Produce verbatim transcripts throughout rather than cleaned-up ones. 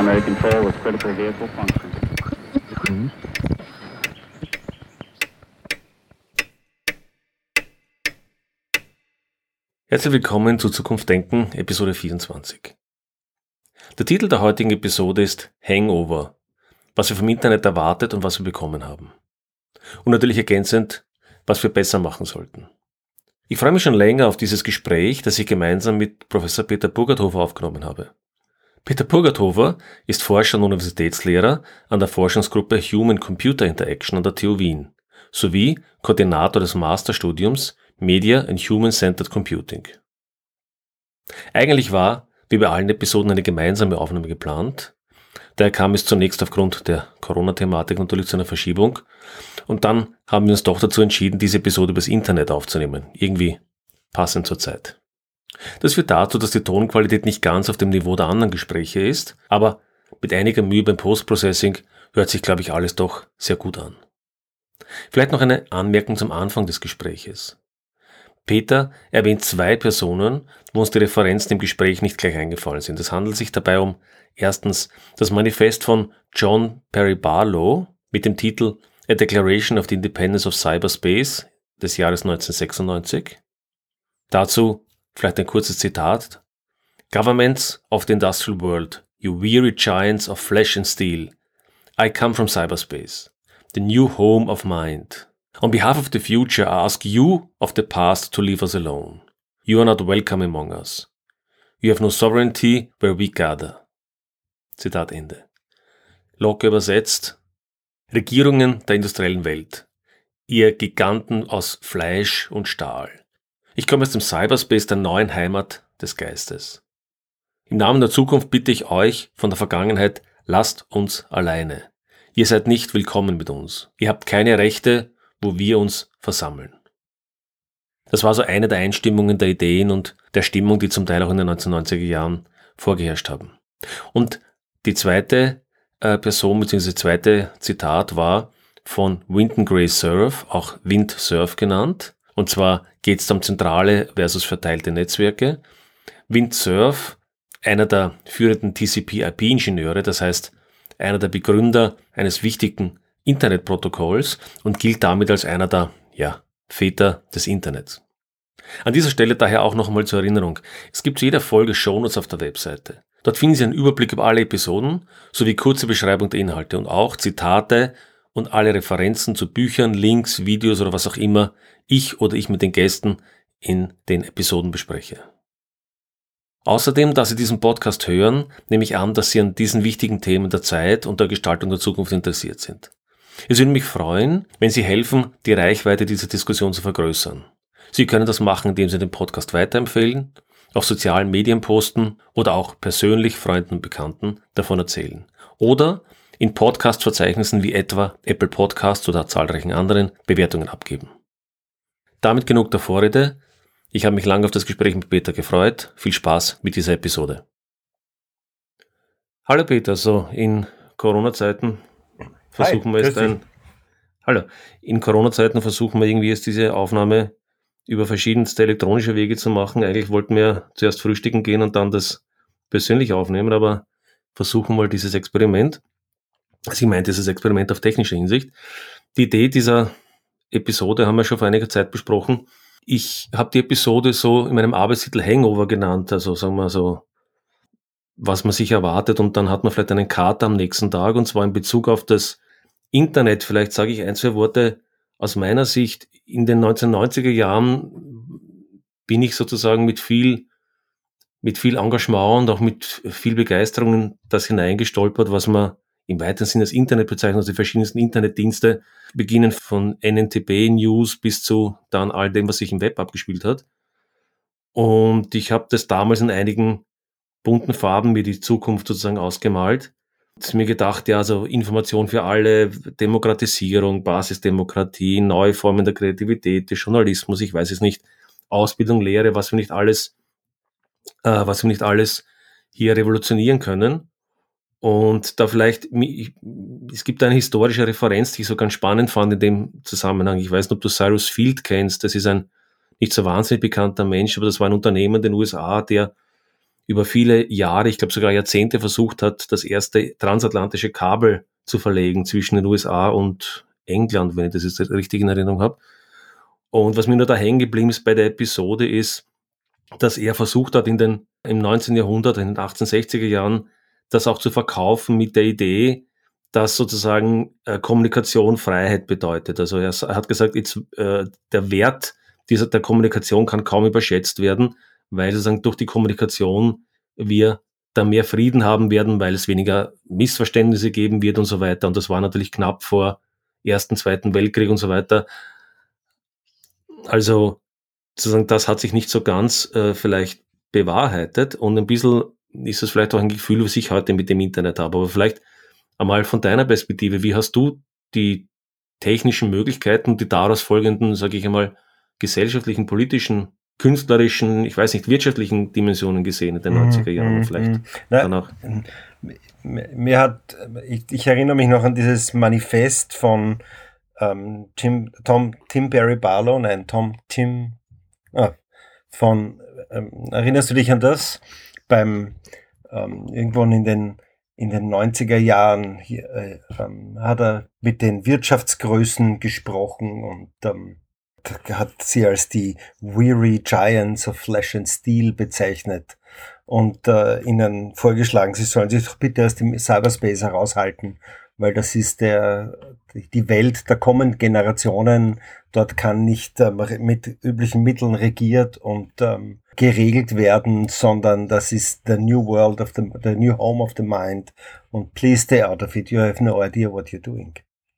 primary control with critical vehicle function. Herzlich willkommen zu Zukunft Denken, Episode vierundzwanzig. Der Titel der heutigen Episode ist Hangover, was wir vom Internet erwartet und was wir bekommen haben. Und natürlich ergänzend, was wir besser machen sollten. Ich freue mich schon länger auf dieses Gespräch, das ich gemeinsam mit Professor Peter Burgerthofer aufgenommen habe. Peter Burgerthofer ist Forscher und Universitätslehrer an der Forschungsgruppe Human-Computer Interaction an der T U Wien sowie Koordinator des Masterstudiums Media and Human-Centered Computing. Eigentlich war, wie bei allen Episoden, eine gemeinsame Aufnahme geplant. Daher kam es zunächst aufgrund der Corona-Thematik natürlich zu einer Verschiebung und dann haben wir uns doch dazu entschieden, diese Episode übers Internet aufzunehmen. Irgendwie passend zur Zeit. Das führt dazu, dass die Tonqualität nicht ganz auf dem Niveau der anderen Gespräche ist, aber mit einiger Mühe beim Post-Processing hört sich, glaube ich, alles doch sehr gut an. Vielleicht noch eine Anmerkung zum Anfang des Gespräches. Peter erwähnt zwei Personen, wo uns die Referenzen im Gespräch nicht gleich eingefallen sind. Es handelt sich dabei um erstens das Manifest von John Perry Barlow mit dem Titel A Declaration of the Independence of Cyberspace des Jahres neunzehnhundertsechsundneunzig. Dazu vielleicht ein kurzes Zitat. Governments of the Industrial World, you weary giants of flesh and steel. I come from cyberspace, the new home of mind. On behalf of the future, I ask you of the past to leave us alone. You are not welcome among us. You have no sovereignty where we gather. Zitat Ende. Locker übersetzt. Regierungen der industriellen Welt. Ihr Giganten aus Fleisch und Stahl. Ich komme aus dem Cyberspace der neuen Heimat des Geistes. Im Namen der Zukunft bitte ich euch von der Vergangenheit, lasst uns alleine. Ihr seid nicht willkommen mit uns. Ihr habt keine Rechte, wo wir uns versammeln. Das war so eine der Einstimmungen der Ideen und der Stimmung, die zum Teil auch in den neunzehnhundertneunziger Jahren vorgeherrscht haben. Und die zweite äh, Person, beziehungsweise zweite Zitat war von Winton Gray Cerf, auch Wind Cerf genannt. Und zwar geht es um zentrale versus verteilte Netzwerke. Wind Cerf, einer der führenden T C P I P-Ingenieure, das heißt einer der Begründer eines wichtigen Internetprotokolls und gilt damit als einer der ja, Väter des Internets. An dieser Stelle daher auch noch einmal zur Erinnerung. Es gibt zu jeder Folge Shownotes auf der Webseite. Dort finden Sie einen Überblick über alle Episoden sowie kurze Beschreibung der Inhalte und auch Zitate und alle Referenzen zu Büchern, Links, Videos oder was auch immer ich oder ich mit den Gästen in den Episoden bespreche. Außerdem, da Sie diesen Podcast hören, nehme ich an, dass Sie an diesen wichtigen Themen der Zeit und der Gestaltung der Zukunft interessiert sind. Es würde mich freuen, wenn Sie helfen, die Reichweite dieser Diskussion zu vergrößern. Sie können das machen, indem Sie den Podcast weiterempfehlen, auf sozialen Medien posten oder auch persönlich Freunden und Bekannten davon erzählen. Oder in Podcast-Verzeichnissen wie etwa Apple Podcasts oder zahlreichen anderen Bewertungen abgeben. Damit genug der Vorrede. Ich habe mich lange auf das Gespräch mit Peter gefreut. Viel Spaß mit dieser Episode. Hallo Peter, so in Corona-Zeiten versuchen Hi, wir jetzt ein... Hallo, in Corona-Zeiten versuchen wir irgendwie jetzt diese Aufnahme über verschiedenste elektronische Wege zu machen. Eigentlich wollten wir zuerst frühstücken gehen und dann das persönlich aufnehmen, aber versuchen mal dieses Experiment. Also ich meine dieses Experiment auf technischer Hinsicht. Die Idee dieser Episode haben wir schon vor einiger Zeit besprochen. Ich habe die Episode so in meinem Arbeitstitel Hangover genannt, also sagen wir so, was man sich erwartet und dann hat man vielleicht einen Kater am nächsten Tag und zwar in Bezug auf das Internet. Vielleicht sage ich ein, zwei Worte aus meiner Sicht. In den neunzehnhundertneunziger Jahren bin ich sozusagen mit viel, mit viel Engagement und auch mit viel Begeisterung in das hineingestolpert, was man im weiteren Sinne als Internet bezeichnet, also die verschiedensten Internetdienste, beginnen von N N T B-News bis zu dann all dem, was sich im Web abgespielt hat. Und ich habe das damals in einigen bunten Farben mir die Zukunft sozusagen ausgemalt. Ich mir gedacht, ja, also Information für alle, Demokratisierung, Basisdemokratie, neue Formen der Kreativität, des Journalismus, ich weiß es nicht, Ausbildung, Lehre, was wir nicht alles, äh, was wir nicht alles hier revolutionieren können. Und da vielleicht, es gibt eine historische Referenz, die ich so ganz spannend fand in dem Zusammenhang. Ich weiß nicht, ob du Cyrus Field kennst. Das ist ein nicht so wahnsinnig bekannter Mensch, aber das war ein Unternehmer in den U S A, der über viele Jahre, ich glaube sogar Jahrzehnte versucht hat, das erste transatlantische Kabel zu verlegen zwischen den U S A und England, wenn ich das jetzt richtig in Erinnerung habe. Und was mir nur da hängen geblieben ist bei der Episode ist, dass er versucht hat, in den, im neunzehnten Jahrhundert, in den achtzehnhundertsechziger Jahren, das auch zu verkaufen mit der Idee, dass sozusagen äh, Kommunikation Freiheit bedeutet. Also er, er hat gesagt, jetzt, äh, der Wert dieser, der Kommunikation kann kaum überschätzt werden, weil sozusagen durch die Kommunikation wir da mehr Frieden haben werden, weil es weniger Missverständnisse geben wird und so weiter. Und das war natürlich knapp vor Ersten, Zweiten Weltkrieg und so weiter. Also sozusagen, das hat sich nicht so ganz äh, vielleicht bewahrheitet und ein bisschen ist es vielleicht auch ein Gefühl, was ich heute mit dem Internet habe. Aber vielleicht einmal von deiner Perspektive, wie hast du die technischen Möglichkeiten, die daraus folgenden, sage ich einmal, gesellschaftlichen, politischen, künstlerischen, ich weiß nicht, wirtschaftlichen Dimensionen gesehen in den neunziger Jahren und vielleicht Mhm. Na, danach? Mir hat, ich, ich erinnere mich noch an dieses Manifest von ähm, Tim, Tom, Tim Barry Barlow, nein, Tom, Tim, ah, von, ähm, erinnerst du dich an das? Beim, ähm, irgendwann in den, in den neunziger Jahren hier, äh, ähm, hat er mit den Wirtschaftsgrößen gesprochen und ähm, hat sie als die Weary Giants of Flesh and Steel bezeichnet und äh, ihnen vorgeschlagen, sie sollen sich doch bitte aus dem Cyberspace heraushalten, weil das ist der die Welt der kommenden Generationen. Dort kann nicht ähm, mit üblichen Mitteln regiert und ähm, geregelt werden, sondern das ist the new world of the, the new home of the mind. Und please stay out of it. You have no idea what you're doing.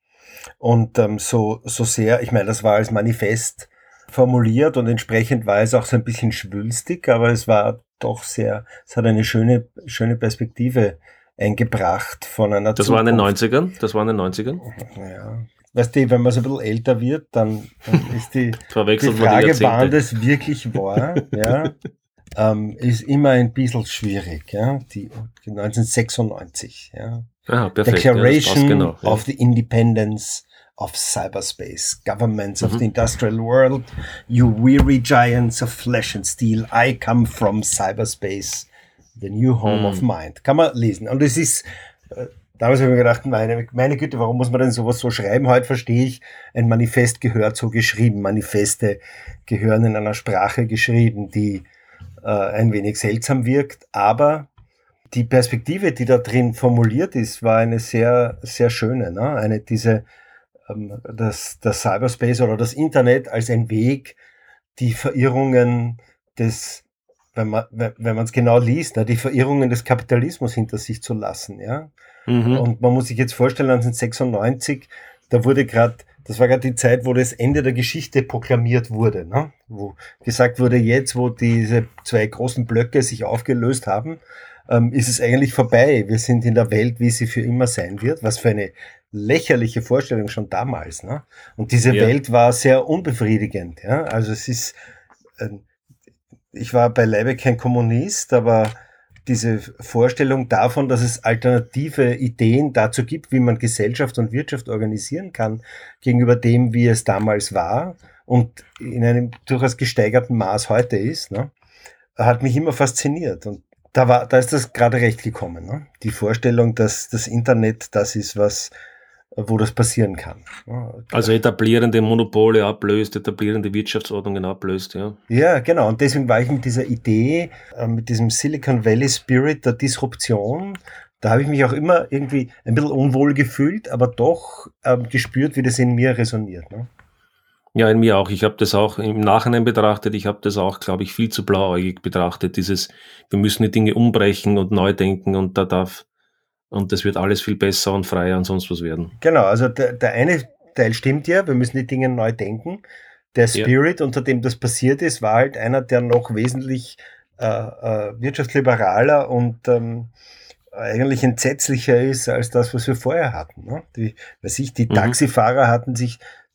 Und ähm, so so sehr, ich meine, das war als Manifest formuliert und entsprechend war es auch so ein bisschen schwülstig, aber es war doch sehr, es hat eine schöne schöne Perspektive eingebracht von einer Das Zukunft. war in den neunzigern? Das war in den neunzigern? Ja. Weißt du, wenn man so ein bisschen älter wird, dann, dann ist die, die Verwechselt man die Frage, Jahrzehnte. wann das wirklich war, ja, ähm, ist immer ein bisschen schwierig, ja, die, die neunzehnhundertsechsundneunzig, ja. Ah, perfekt. Declaration ja, genau, ja. of the Independence of Cyberspace, Governments of Mhm. the Industrial World, you weary giants of flesh and steel, I come from Cyberspace, the new home Mhm. of mind. Kann man lesen. Und es ist, äh, damals habe ich mir gedacht, meine, meine Güte, warum muss man denn sowas so schreiben? Heute verstehe ich, ein Manifest gehört so geschrieben. Manifeste gehören in einer Sprache geschrieben, die äh, ein wenig seltsam wirkt, aber die Perspektive, die da drin formuliert ist, war eine sehr, sehr schöne, ne? Eine, diese, ähm, das, das Cyberspace oder das Internet als ein Weg, die Verirrungen des, wenn man, wenn man es genau liest, ne, die Verirrungen des Kapitalismus hinter sich zu lassen, ja. Mhm. Und man muss sich jetzt vorstellen, neunzehnhundertsechsundneunzig, da wurde gerade, das war gerade die Zeit, wo das Ende der Geschichte proklamiert wurde, ne? Wo gesagt wurde, jetzt, wo diese zwei großen Blöcke sich aufgelöst haben, ähm, ist es eigentlich vorbei. Wir sind in der Welt, wie sie für immer sein wird. Was für eine lächerliche Vorstellung schon damals, ne? Und diese Ja. Welt war sehr unbefriedigend, ja. Also es ist, äh, ich war beileibe kein Kommunist, aber diese Vorstellung davon, dass es alternative Ideen dazu gibt, wie man Gesellschaft und Wirtschaft organisieren kann, gegenüber dem, wie es damals war und in einem durchaus gesteigerten Maß heute ist, ne, hat mich immer fasziniert. Und da war, da ist das gerade recht gekommen, ne? Die Vorstellung, dass das Internet das ist, was, wo das passieren kann. Ja, Also etablierende Monopole ablöst, etablierende Wirtschaftsordnungen ablöst, ja. Ja, genau. Und deswegen war ich mit dieser Idee, äh, mit diesem Silicon Valley Spirit der Disruption, da habe ich mich auch immer irgendwie ein bisschen unwohl gefühlt, aber doch ähm, gespürt, wie das in mir resoniert. Ne? Ja, in mir auch. Ich habe das auch im Nachhinein betrachtet. Ich habe das auch, glaube ich, viel zu blauäugig betrachtet. Dieses, wir müssen die Dinge umbrechen und neu denken und da darf, und das wird alles viel besser und freier und sonst was werden. Genau, also der, der eine Teil stimmt ja, wir müssen die Dinge neu denken. Der Ja. Spirit, unter dem das passiert ist, war halt einer, der noch wesentlich äh, äh, wirtschaftsliberaler und ähm, eigentlich entsetzlicher ist als das, was wir vorher hatten. Ne? Die, weiß ich, die Mhm. Taxifahrer hatten sich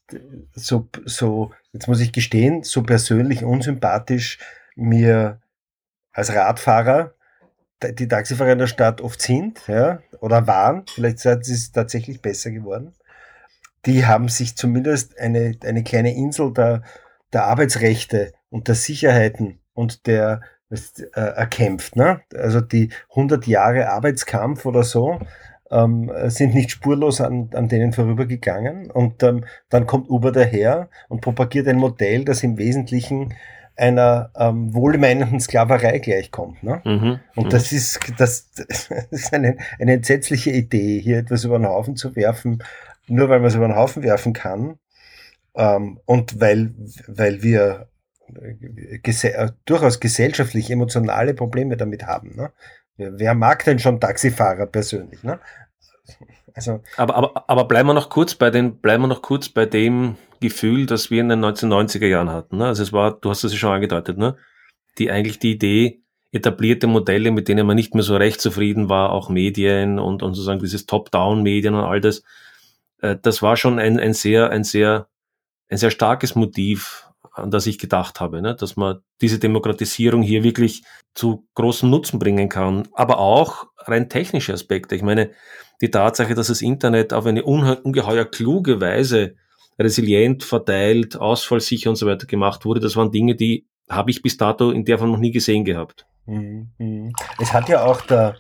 so, so, jetzt muss ich gestehen, so persönlich unsympathisch mir als Radfahrer die Taxifahrer in der Stadt oft sind, ja, oder waren, vielleicht ist es tatsächlich besser geworden. Die haben sich zumindest eine, eine kleine Insel der, der Arbeitsrechte und der Sicherheiten und der, äh, erkämpft. Ne? Also die hundert Jahre Arbeitskampf oder so ähm, sind nicht spurlos an, an denen vorübergegangen. Und ähm, dann kommt Uber daher und propagiert ein Modell, das im Wesentlichen einer ähm, wohlmeinenden Sklaverei gleichkommt. Ne? Mhm, und mhm. das ist, das, das ist eine, eine entsetzliche Idee, hier etwas über den Haufen zu werfen, nur weil man es über den Haufen werfen kann. Ähm, und weil, weil wir gese- durchaus gesellschaftlich emotionale Probleme damit haben. Ne? Wer wer mag denn schon Taxifahrer persönlich? Ne? Also, Aber, aber, aber bleiben wir noch kurz bei den, bleiben wir noch kurz bei dem Gefühl, das wir in den neunzehnhundertneunziger Jahren hatten. Ne? Also es war, du hast es ja schon angedeutet, ne? Die eigentlich die Idee, etablierte Modelle, mit denen man nicht mehr so recht zufrieden war, auch Medien und, und sozusagen dieses Top-Down-Medien und all das, äh, das war schon ein, ein sehr, ein sehr, ein sehr starkes Motiv, an das ich gedacht habe, ne? Dass man diese Demokratisierung hier wirklich zu großem Nutzen bringen kann. Aber auch rein technische Aspekte. Ich meine, die Tatsache, dass das Internet auf eine unhe- ungeheuer kluge Weise resilient, verteilt, ausfallsicher und so weiter gemacht wurde, das waren Dinge, die habe ich bis dato in der Form noch nie gesehen gehabt. mhm, mhm. Es hat ja auch der,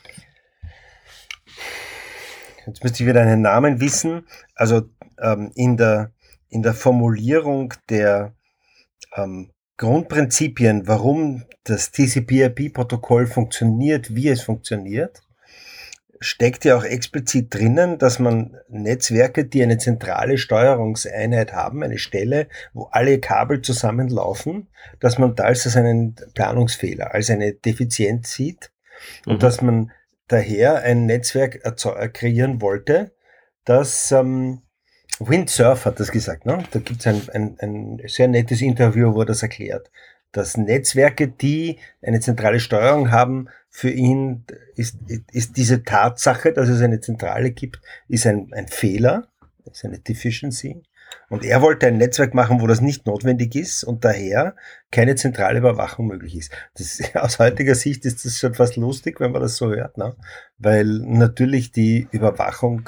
jetzt müsste ich wieder einen Namen wissen, also ähm, in der, in der Formulierung der ähm, Grundprinzipien, warum das T C P I P-Protokoll funktioniert, wie es funktioniert, steckt ja auch explizit drinnen, dass man Netzwerke, die eine zentrale Steuerungseinheit haben, eine Stelle, wo alle Kabel zusammenlaufen, dass man da als einen Planungsfehler, als eine Defizienz sieht und Mhm. dass man daher ein Netzwerk erzeu- kreieren wollte, das ähm, Windsurf hat das gesagt, ne? Da gibt es ein, ein, ein sehr nettes Interview, wo er das erklärt. Dass Netzwerke, die eine zentrale Steuerung haben, für ihn ist, ist diese Tatsache, dass es eine Zentrale gibt, ist ein, ein Fehler, ist eine Deficiency. Und er wollte ein Netzwerk machen, wo das nicht notwendig ist und daher keine zentrale Überwachung möglich ist. Das, aus heutiger Sicht ist das schon fast lustig, wenn man das so hört, ne? Weil natürlich die Überwachung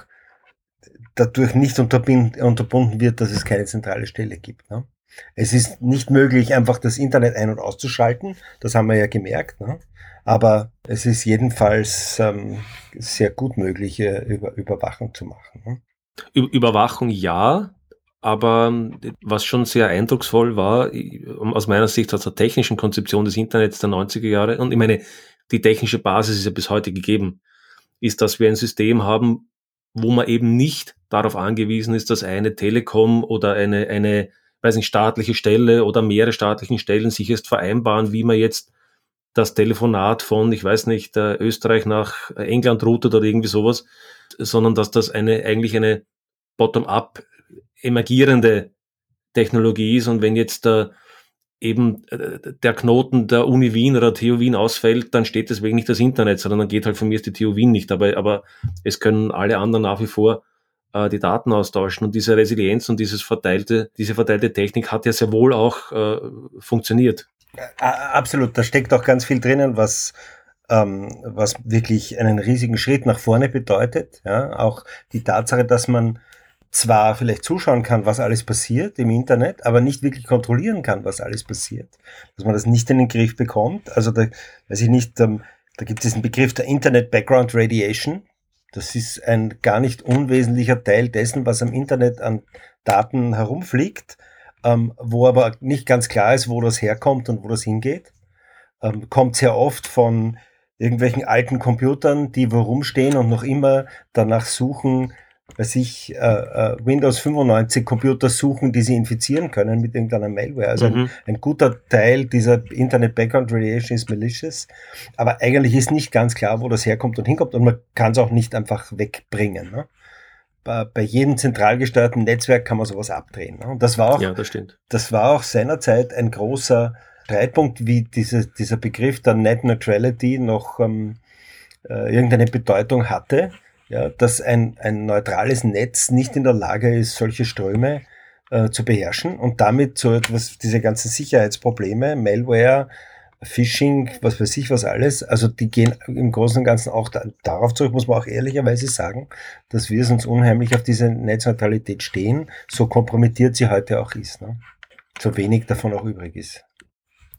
dadurch nicht unterbunden wird, dass es keine zentrale Stelle gibt. Ne? Es ist nicht möglich, einfach das Internet ein- und auszuschalten. Das haben wir ja gemerkt. Ne? Aber es ist jedenfalls ähm, sehr gut möglich, äh, über Überwachung zu machen. Ne? Ü- Überwachung ja, aber ähm, was schon sehr eindrucksvoll war, i- aus meiner Sicht aus der technischen Konzeption des Internets der neunziger Jahre, und ich meine, die technische Basis ist ja bis heute gegeben, ist, dass wir ein System haben, wo man eben nicht darauf angewiesen ist, dass eine Telekom oder eine, eine, weiß nicht, staatliche Stelle oder mehrere staatlichen Stellen sich erst vereinbaren, wie man jetzt das Telefonat von, ich weiß nicht, äh, Österreich nach England routet oder irgendwie sowas, sondern dass das eine, eigentlich eine bottom-up emergierende Technologie ist. Und wenn jetzt äh, eben äh, der Knoten der Uni Wien oder T U Wien ausfällt, dann steht deswegen nicht das Internet, sondern dann geht halt von mir die T U Wien nicht. Aber, aber es können alle anderen nach wie vor äh, die Daten austauschen. Und diese Resilienz und dieses verteilte, diese verteilte Technik hat ja sehr wohl auch äh, funktioniert. Absolut, da steckt auch ganz viel drinnen, was ähm, was wirklich einen riesigen Schritt nach vorne bedeutet. Ja, auch die Tatsache, dass man zwar vielleicht zuschauen kann, was alles passiert im Internet, aber nicht wirklich kontrollieren kann, was alles passiert. Dass man das nicht in den Griff bekommt. Also da weiß ich nicht, ähm, da gibt es diesen Begriff der Internet Background Radiation. Das ist ein gar nicht unwesentlicher Teil dessen, was am Internet an Daten herumfliegt, ähm, wo aber nicht ganz klar ist, wo das herkommt und wo das hingeht. Ähm, kommt sehr oft von irgendwelchen alten Computern, die wo rumstehen und noch immer danach suchen, weiß ich, äh, äh, Windows fünfundneunzig Computer suchen, die sie infizieren können mit irgendeiner Malware. Also Mhm. ein, ein guter Teil dieser Internet Background Radiation ist malicious, aber eigentlich ist nicht ganz klar, wo das herkommt und hinkommt und man kann es auch nicht einfach wegbringen. Ne? Bei, bei jedem zentral gesteuerten Netzwerk kann man sowas abdrehen. Ne? Und das war auch, Ja, das stimmt. das war auch seinerzeit ein großer Streitpunkt, wie diese, dieser Begriff der Net Neutrality noch ähm, äh, irgendeine Bedeutung hatte. Ja, dass ein, ein neutrales Netz nicht in der Lage ist, solche Ströme äh, zu beherrschen und damit so etwas, diese ganzen Sicherheitsprobleme, Malware, Phishing, was weiß ich was alles, also die gehen im Großen und Ganzen auch da, darauf zurück, muss man auch ehrlicherweise sagen, dass wir sonst unheimlich auf diese Netzneutralität stehen, so kompromittiert sie heute auch ist, ne? So wenig davon auch übrig ist.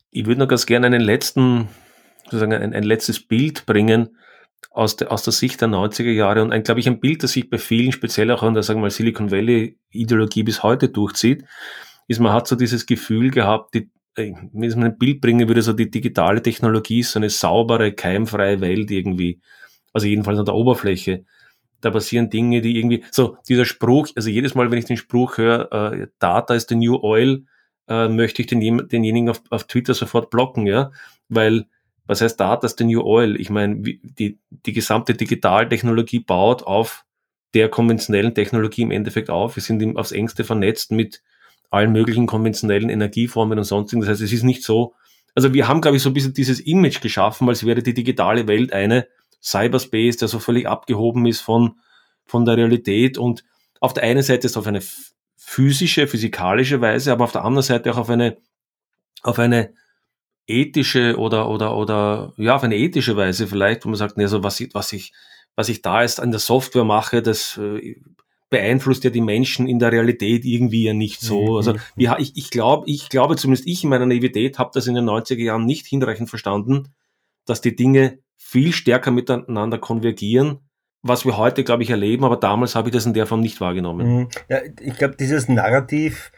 Ich würde noch ganz gerne einen letzten, sozusagen ein, ein letztes Bild bringen aus der, aus der Sicht der neunziger Jahre und ein, glaube ich, ein Bild, das sich bei vielen, speziell auch an der, sagen wir mal, Silicon Valley Ideologie bis heute durchzieht, ist, man hat so dieses Gefühl gehabt, die, wenn ich mal ein Bild bringen würde, so die digitale Technologie ist so eine saubere, keimfreie Welt irgendwie. Also jedenfalls an der Oberfläche. Da passieren Dinge, die irgendwie, so dieser Spruch, also jedes Mal, wenn ich den Spruch höre, äh, Data is the new oil, äh, möchte ich den, denjenigen auf, auf Twitter sofort blocken, ja, weil, was heißt Data is the new oil? Ich meine, die, die gesamte Digitaltechnologie baut auf der konventionellen Technologie im Endeffekt auf. Wir sind aufs engste vernetzt mit allen möglichen konventionellen Energieformen und sonstigen. Das heißt, es ist nicht so, also wir haben, glaube ich, so ein bisschen dieses Image geschaffen, als wäre die digitale Welt eine Cyberspace, der so völlig abgehoben ist von, von der Realität und auf der einen Seite ist es auf eine physische, physikalische Weise, aber auf der anderen Seite auch auf eine, auf eine ethische oder, oder, oder, ja, auf eine ethische Weise vielleicht, wo man sagt, nee, also was ich, was ich, was ich da jetzt an der Software mache, das äh, beeinflusst ja die Menschen in der Realität irgendwie ja nicht so. Also ja, ich, ich glaube, ich glaube zumindest ich in meiner Naivität habe das in den neunziger Jahren nicht hinreichend verstanden, dass die Dinge viel stärker miteinander konvergieren, was wir heute, glaube ich, erleben, aber damals habe ich das in der Form nicht wahrgenommen. Ja, ich glaube, dieses Narrativ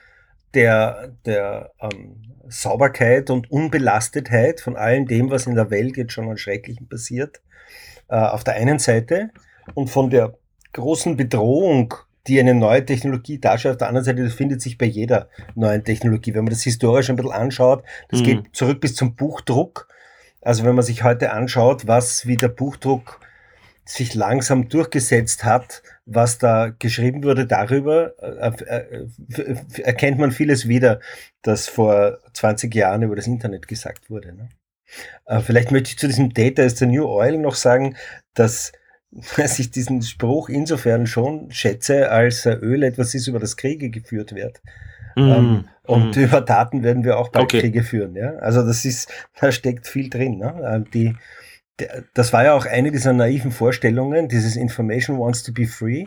der, der ähm, Sauberkeit und Unbelastetheit von allem dem, was in der Welt jetzt schon an Schrecklichen passiert, äh, auf der einen Seite und von der großen Bedrohung, die eine neue Technologie darstellt, auf der anderen Seite, das findet sich bei jeder neuen Technologie. Wenn man das historisch ein bisschen anschaut, das mhm. geht zurück bis zum Buchdruck. Also wenn man sich heute anschaut, was wie der Buchdruck sich langsam durchgesetzt hat, was da geschrieben wurde darüber, äh, äh, erkennt man vieles wieder, das vor zwanzig Jahren über das Internet gesagt wurde. Ne? Äh, vielleicht möchte ich zu diesem Data is the new oil noch sagen, dass dass ich diesen Spruch insofern schon schätze, als Öl etwas ist, über das Kriege geführt wird. Mm, ähm, und mm. über Daten werden wir auch bald okay. Kriege führen. Ja? Also das ist, da steckt viel drin. Ne? Die, die, das war ja auch eine dieser naiven Vorstellungen, dieses Information wants to be free.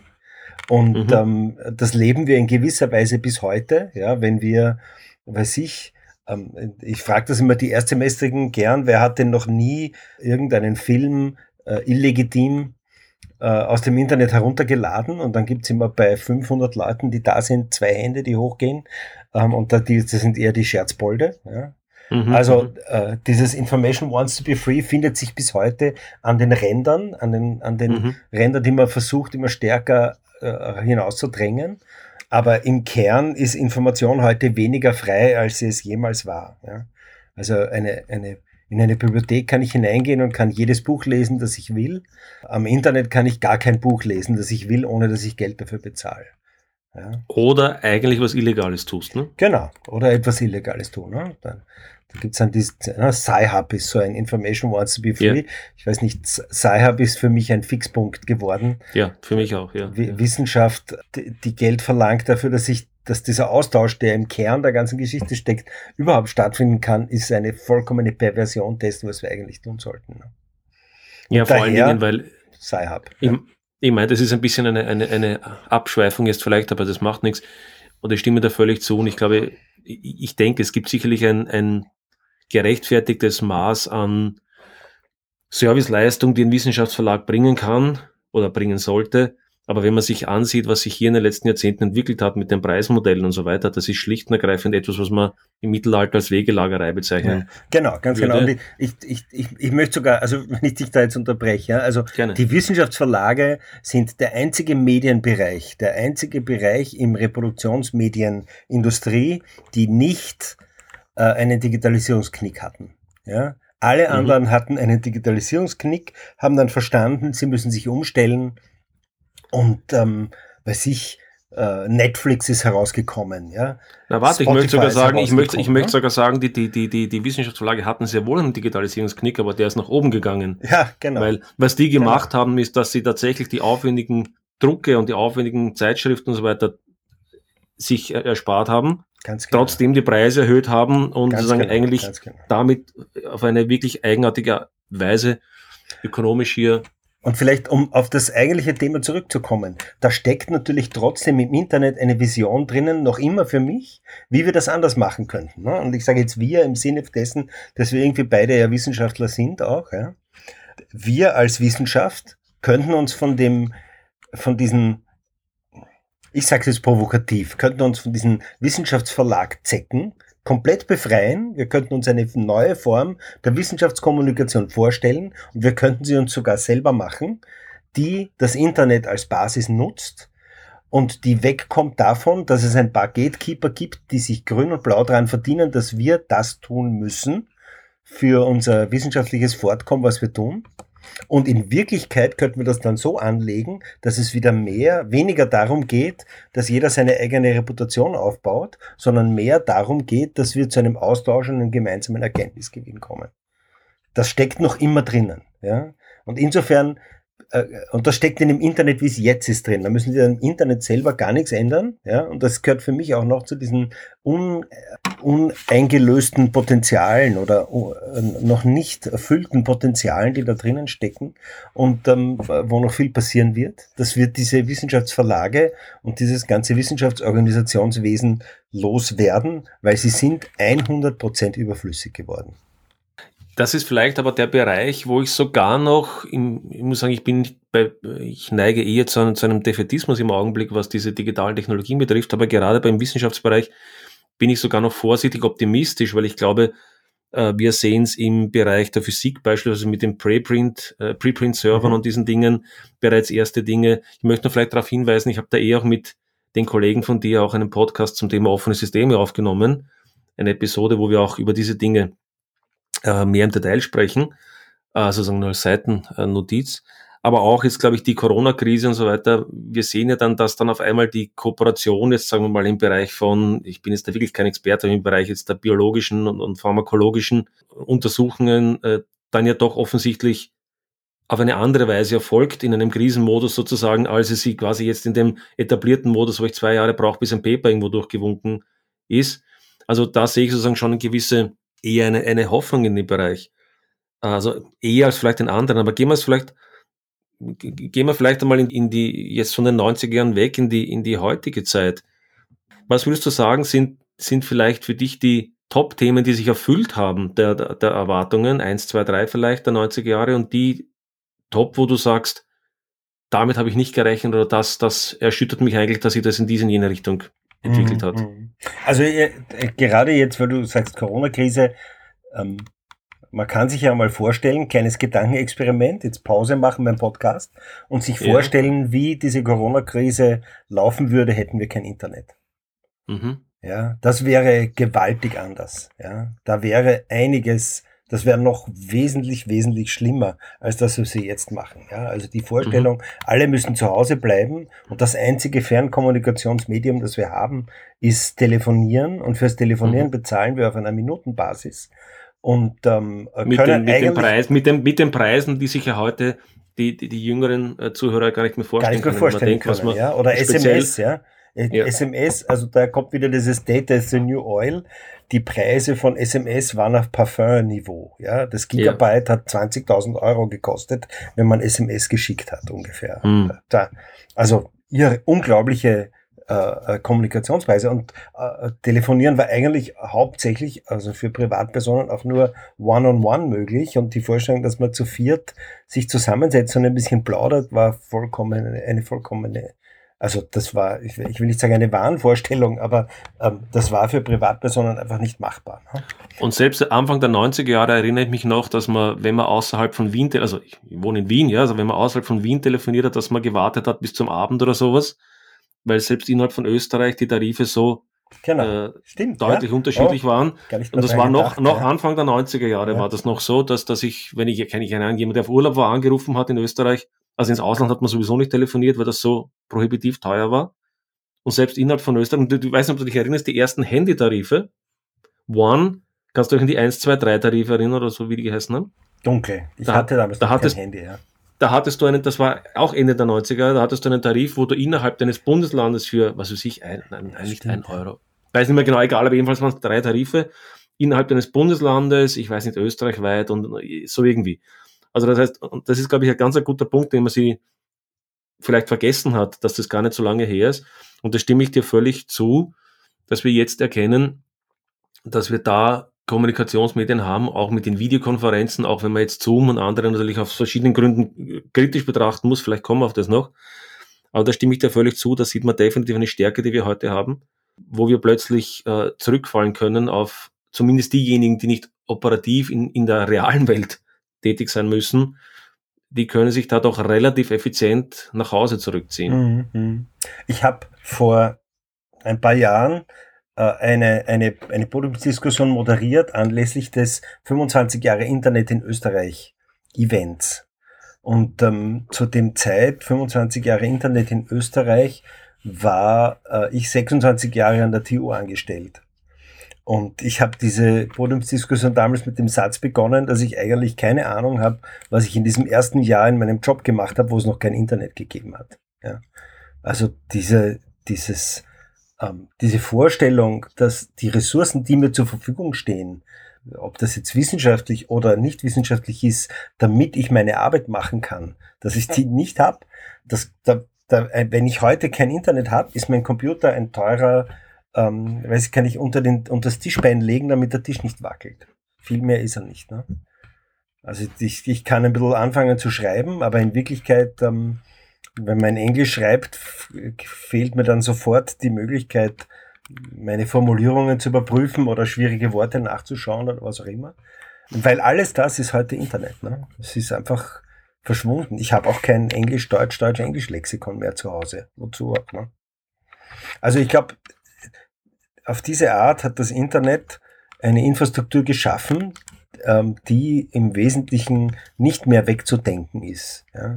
Und mhm. ähm, das leben wir in gewisser Weise bis heute. Ja? Wenn wir, weiß ich, ähm, ich frage das immer die Erstsemestrigen gern, wer hat denn noch nie irgendeinen Film äh, illegitim aus dem Internet heruntergeladen und dann gibt's immer bei fünfhundert Leuten, die da sind, zwei Hände, die hochgehen ähm, und da die, das sind eher die Scherzbolde. Ja. Mhm, also äh, dieses Information wants to be free findet sich bis heute an den Rändern, an den, an den mhm. Rändern, die man versucht, immer stärker äh, hinauszudrängen. Aber im Kern ist Information heute weniger frei, als sie es jemals war. Ja. Also eine, eine In eine Bibliothek kann ich hineingehen und kann jedes Buch lesen, das ich will. Am Internet kann ich gar kein Buch lesen, das ich will, ohne dass ich Geld dafür bezahle. Ja. Oder eigentlich was Illegales tust, ne? Genau, oder etwas Illegales tun. Ne? Da, da gibt es dann dieses, ne, Sci-Hub ist so ein Information wants to be free. Ja. Ich weiß nicht, Sci-Hub ist für mich ein Fixpunkt geworden. Ja, für mich auch, ja. W- Wissenschaft, die, die Geld verlangt dafür, dass ich dass dieser Austausch, der im Kern der ganzen Geschichte steckt, überhaupt stattfinden kann, ist eine vollkommene Perversion dessen, was wir eigentlich tun sollten. Und ja, vor allen Dingen, weil Sci-Hub. Ich, ja. ich meine, das ist ein bisschen eine, eine, eine Abschweifung jetzt vielleicht, aber das macht nichts. Und ich stimme da völlig zu. Und ich glaube, ich, ich denke, es gibt sicherlich ein, ein gerechtfertigtes Maß an Serviceleistung, die ein Wissenschaftsverlag bringen kann oder bringen sollte. Aber wenn man sich ansieht, was sich hier in den letzten Jahrzehnten entwickelt hat mit den Preismodellen und so weiter, das ist schlicht und ergreifend etwas, was man im Mittelalter als Wegelagerei bezeichnen. Ja, genau, ganz würde. genau. Und ich, ich, ich, ich möchte sogar, also wenn ich dich da jetzt unterbreche, also Gerne. Die Wissenschaftsverlage sind der einzige Medienbereich, der einzige Bereich im Reproduktionsmedienindustrie, die nicht äh, einen Digitalisierungsknick hatten. Ja? Alle mhm. anderen hatten einen Digitalisierungsknick, haben dann verstanden, sie müssen sich umstellen. Und, ähm, weiß ich, äh, Netflix ist herausgekommen, ja. Na warte, Spotify ich möchte sogar sagen, ich möchte, ich möchte sogar sagen, die, die, die, die, die Wissenschaftsverlage hatten sehr wohl einen Digitalisierungsknick, aber der ist nach oben gegangen. Ja, genau. Weil, was die gemacht genau. haben, ist, dass sie tatsächlich die aufwendigen Drucke und die aufwendigen Zeitschriften und so weiter sich erspart haben. Ganz genau. Trotzdem die Preise erhöht haben und ganz sozusagen genau, eigentlich genau. damit auf eine wirklich eigenartige Weise ökonomisch hier Und vielleicht, um auf das eigentliche Thema zurückzukommen, da steckt natürlich trotzdem im Internet eine Vision drinnen, noch immer für mich, wie wir das anders machen könnten. Ne? Und ich sage jetzt wir im Sinne dessen, dass wir irgendwie beide ja Wissenschaftler sind auch. Ja? Wir als Wissenschaft könnten uns von dem, von diesen, ich sage es jetzt provokativ, könnten uns von diesen Wissenschaftsverlag-Zecken komplett befreien. Wir könnten uns eine neue Form der Wissenschaftskommunikation vorstellen und wir könnten sie uns sogar selber machen, die das Internet als Basis nutzt und die wegkommt davon, dass es ein paar Gatekeeper gibt, die sich grün und blau daran verdienen, dass wir das tun müssen für unser wissenschaftliches Fortkommen, was wir tun. Und in Wirklichkeit könnten wir das dann so anlegen, dass es wieder mehr, weniger darum geht, dass jeder seine eigene Reputation aufbaut, sondern mehr darum geht, dass wir zu einem Austausch und einem gemeinsamen Erkenntnisgewinn kommen. Das steckt noch immer drinnen, ja. Und insofern, äh, und das steckt in dem Internet, wie es jetzt ist, drin. Da müssen wir im Internet selber gar nichts ändern, ja. Und das gehört für mich auch noch zu diesen un, uneingelösten Potenzialen oder uh, noch nicht erfüllten Potenzialen, die da drinnen stecken und ähm, wo noch viel passieren wird. Das wird diese Wissenschaftsverlage und dieses ganze Wissenschaftsorganisationswesen loswerden, weil sie sind hundert Prozent überflüssig geworden. Das ist vielleicht aber der Bereich, wo ich sogar noch, im, ich muss sagen, ich bin nicht bei, ich neige eher zu einem, zu einem Defätismus im Augenblick, was diese digitalen Technologien betrifft, aber gerade beim Wissenschaftsbereich bin ich sogar noch vorsichtig optimistisch, weil ich glaube, äh, wir sehen es im Bereich der Physik beispielsweise mit den Preprint, äh, Preprint-Servern mhm. und diesen Dingen bereits erste Dinge. Ich möchte noch vielleicht darauf hinweisen, ich habe da eh auch mit den Kollegen von dir auch einen Podcast zum Thema offene Systeme aufgenommen, eine Episode, wo wir auch über diese Dinge äh, mehr im Detail sprechen, äh, sozusagen nur als Seitennotiz. Aber auch jetzt, glaube ich, die Corona-Krise und so weiter, wir sehen ja dann, dass dann auf einmal die Kooperation jetzt, sagen wir mal, im Bereich von, ich bin jetzt da wirklich kein Experte, aber im Bereich jetzt der biologischen und, und pharmakologischen Untersuchungen äh, dann ja doch offensichtlich auf eine andere Weise erfolgt, in einem Krisenmodus sozusagen, als es sie quasi jetzt in dem etablierten Modus, wo ich zwei Jahre brauche, bis ein Paper irgendwo durchgewunken ist. Also da sehe ich sozusagen schon eine gewisse, eher eine, eine Hoffnung in dem Bereich. Also eher als vielleicht den anderen, aber gehen wir es vielleicht Gehen wir vielleicht einmal in, in die, jetzt von den neunziger Jahren weg, in die, in die heutige Zeit. Was würdest du sagen, sind, sind vielleicht für dich die Top-Themen, die sich erfüllt haben, der, der, der Erwartungen, eins, zwei, drei vielleicht der neunziger Jahre und die Top, wo du sagst, damit habe ich nicht gerechnet oder das, das erschüttert mich eigentlich, dass sich das in diese, in jene Richtung entwickelt hat? Also äh, gerade jetzt, weil du sagst Corona-Krise, ähm, man kann sich ja mal vorstellen, kleines Gedankenexperiment, jetzt Pause machen beim Podcast und sich vorstellen, ja. wie diese Corona-Krise laufen würde, hätten wir kein Internet. Mhm. Ja, das wäre gewaltig anders. Ja, da wäre einiges, das wäre noch wesentlich, wesentlich schlimmer, als das, was wir jetzt machen. Ja, also die Vorstellung, mhm. alle müssen zu Hause bleiben und das einzige Fernkommunikationsmedium, das wir haben, ist Telefonieren und fürs Telefonieren mhm. bezahlen wir auf einer Minutenbasis. Und ähm, mit, können den, mit, den Preis, mit, den, mit den Preisen, die sich ja heute die, die, die jüngeren äh, Zuhörer gar nicht mehr vorstellen können. Gar nicht mehr vorstellen können. können, ja. Oder S M S, ja. ja. S M S, also da kommt wieder dieses Data is the new oil. Die Preise von S M S waren auf Parfum-Niveau. Ja. Das Gigabyte ja. hat zwanzigtausend Euro gekostet, wenn man S M S geschickt hat, ungefähr. Hm. Da, also ihre unglaubliche Äh, Kommunikationsweise und äh, Telefonieren war eigentlich hauptsächlich, also für Privatpersonen auch nur One-on-One möglich und die Vorstellung, dass man zu viert sich zusammensetzt und ein bisschen plaudert, war vollkommen eine, eine vollkommene, also das war, ich, ich will nicht sagen eine Wahnvorstellung, aber ähm, das war für Privatpersonen einfach nicht machbar. Ne? Und selbst Anfang der neunziger Jahre erinnere ich mich noch, dass man, wenn man außerhalb von Wien, also ich wohne in Wien, ja, also wenn man außerhalb von Wien telefoniert hat, dass man gewartet hat bis zum Abend oder sowas, weil selbst innerhalb von Österreich die Tarife so genau. äh, Stimmt, deutlich ja. unterschiedlich oh, waren. Und das war noch, gedacht, noch ja. Anfang der neunziger Jahre ja. war das noch so, dass, dass ich, wenn ich, kenne ich einen, jemand, der auf Urlaub war, angerufen hat in Österreich, also ins Ausland hat man sowieso nicht telefoniert, weil das so prohibitiv teuer war. Und selbst innerhalb von Österreich, und du, du weißt nicht, ob du dich erinnerst, die ersten Handytarife, One, kannst du dich an die eins, zwei, drei Tarife erinnern oder so, wie die geheißen haben? Dunkel. Ich da, hatte damals da noch hattest, kein Handy, ja. Da hattest du einen, das war auch Ende der neunziger, da hattest du einen Tarif, wo du innerhalb deines Bundeslandes für, was weiß ich, ein, nein, nein, nicht ein Euro. Weiß nicht mehr genau, egal, aber jedenfalls waren es drei Tarife innerhalb deines Bundeslandes, ich weiß nicht, österreichweit und so irgendwie. Also das heißt, und das ist, glaube ich, ein ganz ein guter Punkt, den man sich vielleicht vergessen hat, dass das gar nicht so lange her ist. Und da stimme ich dir völlig zu, dass wir jetzt erkennen, dass wir da Kommunikationsmedien haben, auch mit den Videokonferenzen, auch wenn man jetzt Zoom und andere natürlich aus verschiedenen Gründen kritisch betrachten muss, vielleicht kommen wir auf das noch. Aber da stimme ich dir völlig zu, da sieht man definitiv eine Stärke, die wir heute haben, wo wir plötzlich äh, zurückfallen können auf zumindest diejenigen, die nicht operativ in, in der realen Welt tätig sein müssen, die können sich da doch relativ effizient nach Hause zurückziehen. Mhm. Ich habe vor ein paar Jahren äh, eine, eine, eine Podiumsdiskussion moderiert anlässlich des fünfundzwanzig Jahre Internet in Österreich Events. Und ähm, zu dem Zeit, fünfundzwanzig Jahre Internet in Österreich, war äh, ich sechsundzwanzig Jahre an der T U angestellt. Und ich habe diese Podiumsdiskussion damals mit dem Satz begonnen, dass ich eigentlich keine Ahnung habe, was ich in diesem ersten Jahr in meinem Job gemacht habe, wo es noch kein Internet gegeben hat. Ja. Also diese, dieses, ähm, diese Vorstellung, dass die Ressourcen, die mir zur Verfügung stehen, ob das jetzt wissenschaftlich oder nicht wissenschaftlich ist, damit ich meine Arbeit machen kann, dass ich die nicht habe. Das, da, da, wenn ich heute kein Internet habe, ist mein Computer ein teurer, ähm, weiß ich, kann ich unter, den, unter das Tischbein legen, damit der Tisch nicht wackelt. Viel mehr ist er nicht. Ne? Also ich, ich kann ein bisschen anfangen zu schreiben, aber in Wirklichkeit, ähm, wenn man Englisch schreibt, fehlt mir dann sofort die Möglichkeit, meine Formulierungen zu überprüfen oder schwierige Worte nachzuschauen oder was auch immer. Weil alles das ist heute Internet. Ne? Es ist einfach verschwunden. Ich habe auch kein Englisch, Deutsch, Deutsch, Englisch-Lexikon mehr zu Hause. Wozu auch? Ne? Also ich glaube, auf diese Art hat das Internet eine Infrastruktur geschaffen, ähm, die im Wesentlichen nicht mehr wegzudenken ist. Ja?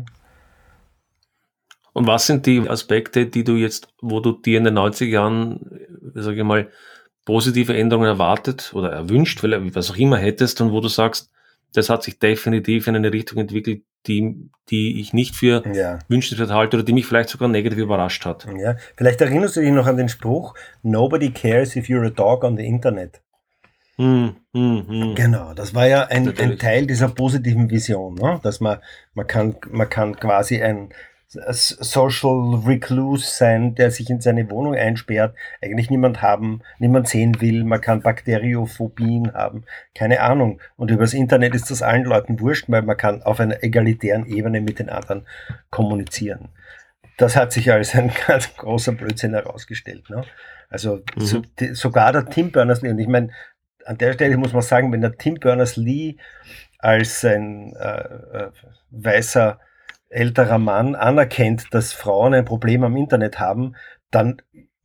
Und was sind die Aspekte, die du jetzt, wo du dir in den neunzig Jahren, sage ich mal, positive Änderungen erwartet oder erwünscht, was auch immer hättest und wo du sagst, das hat sich definitiv in eine Richtung entwickelt, die, die ich nicht für ja. wünschenswert halte oder die mich vielleicht sogar negativ überrascht hat. Ja. Vielleicht erinnerst du dich noch an den Spruch, nobody cares if you're a dog on the Internet. Hm, hm, hm. Genau, das war ja ein, ein Teil dieser positiven Vision, ne? Dass man, man kann, man kann quasi ein Social Recluse sein, der sich in seine Wohnung einsperrt, eigentlich niemand haben, niemand sehen will, man kann Bakteriophobien haben, keine Ahnung. Und übers Internet ist das allen Leuten wurscht, weil man kann auf einer egalitären Ebene mit den anderen kommunizieren. Das hat sich als ein ganz großer Blödsinn herausgestellt. Ne? Also mhm. so, die, sogar der Tim Berners-Lee, und ich meine, an der Stelle muss man sagen, wenn der Tim Berners-Lee als ein äh, äh, weißer älterer Mann anerkennt, dass Frauen ein Problem am Internet haben, dann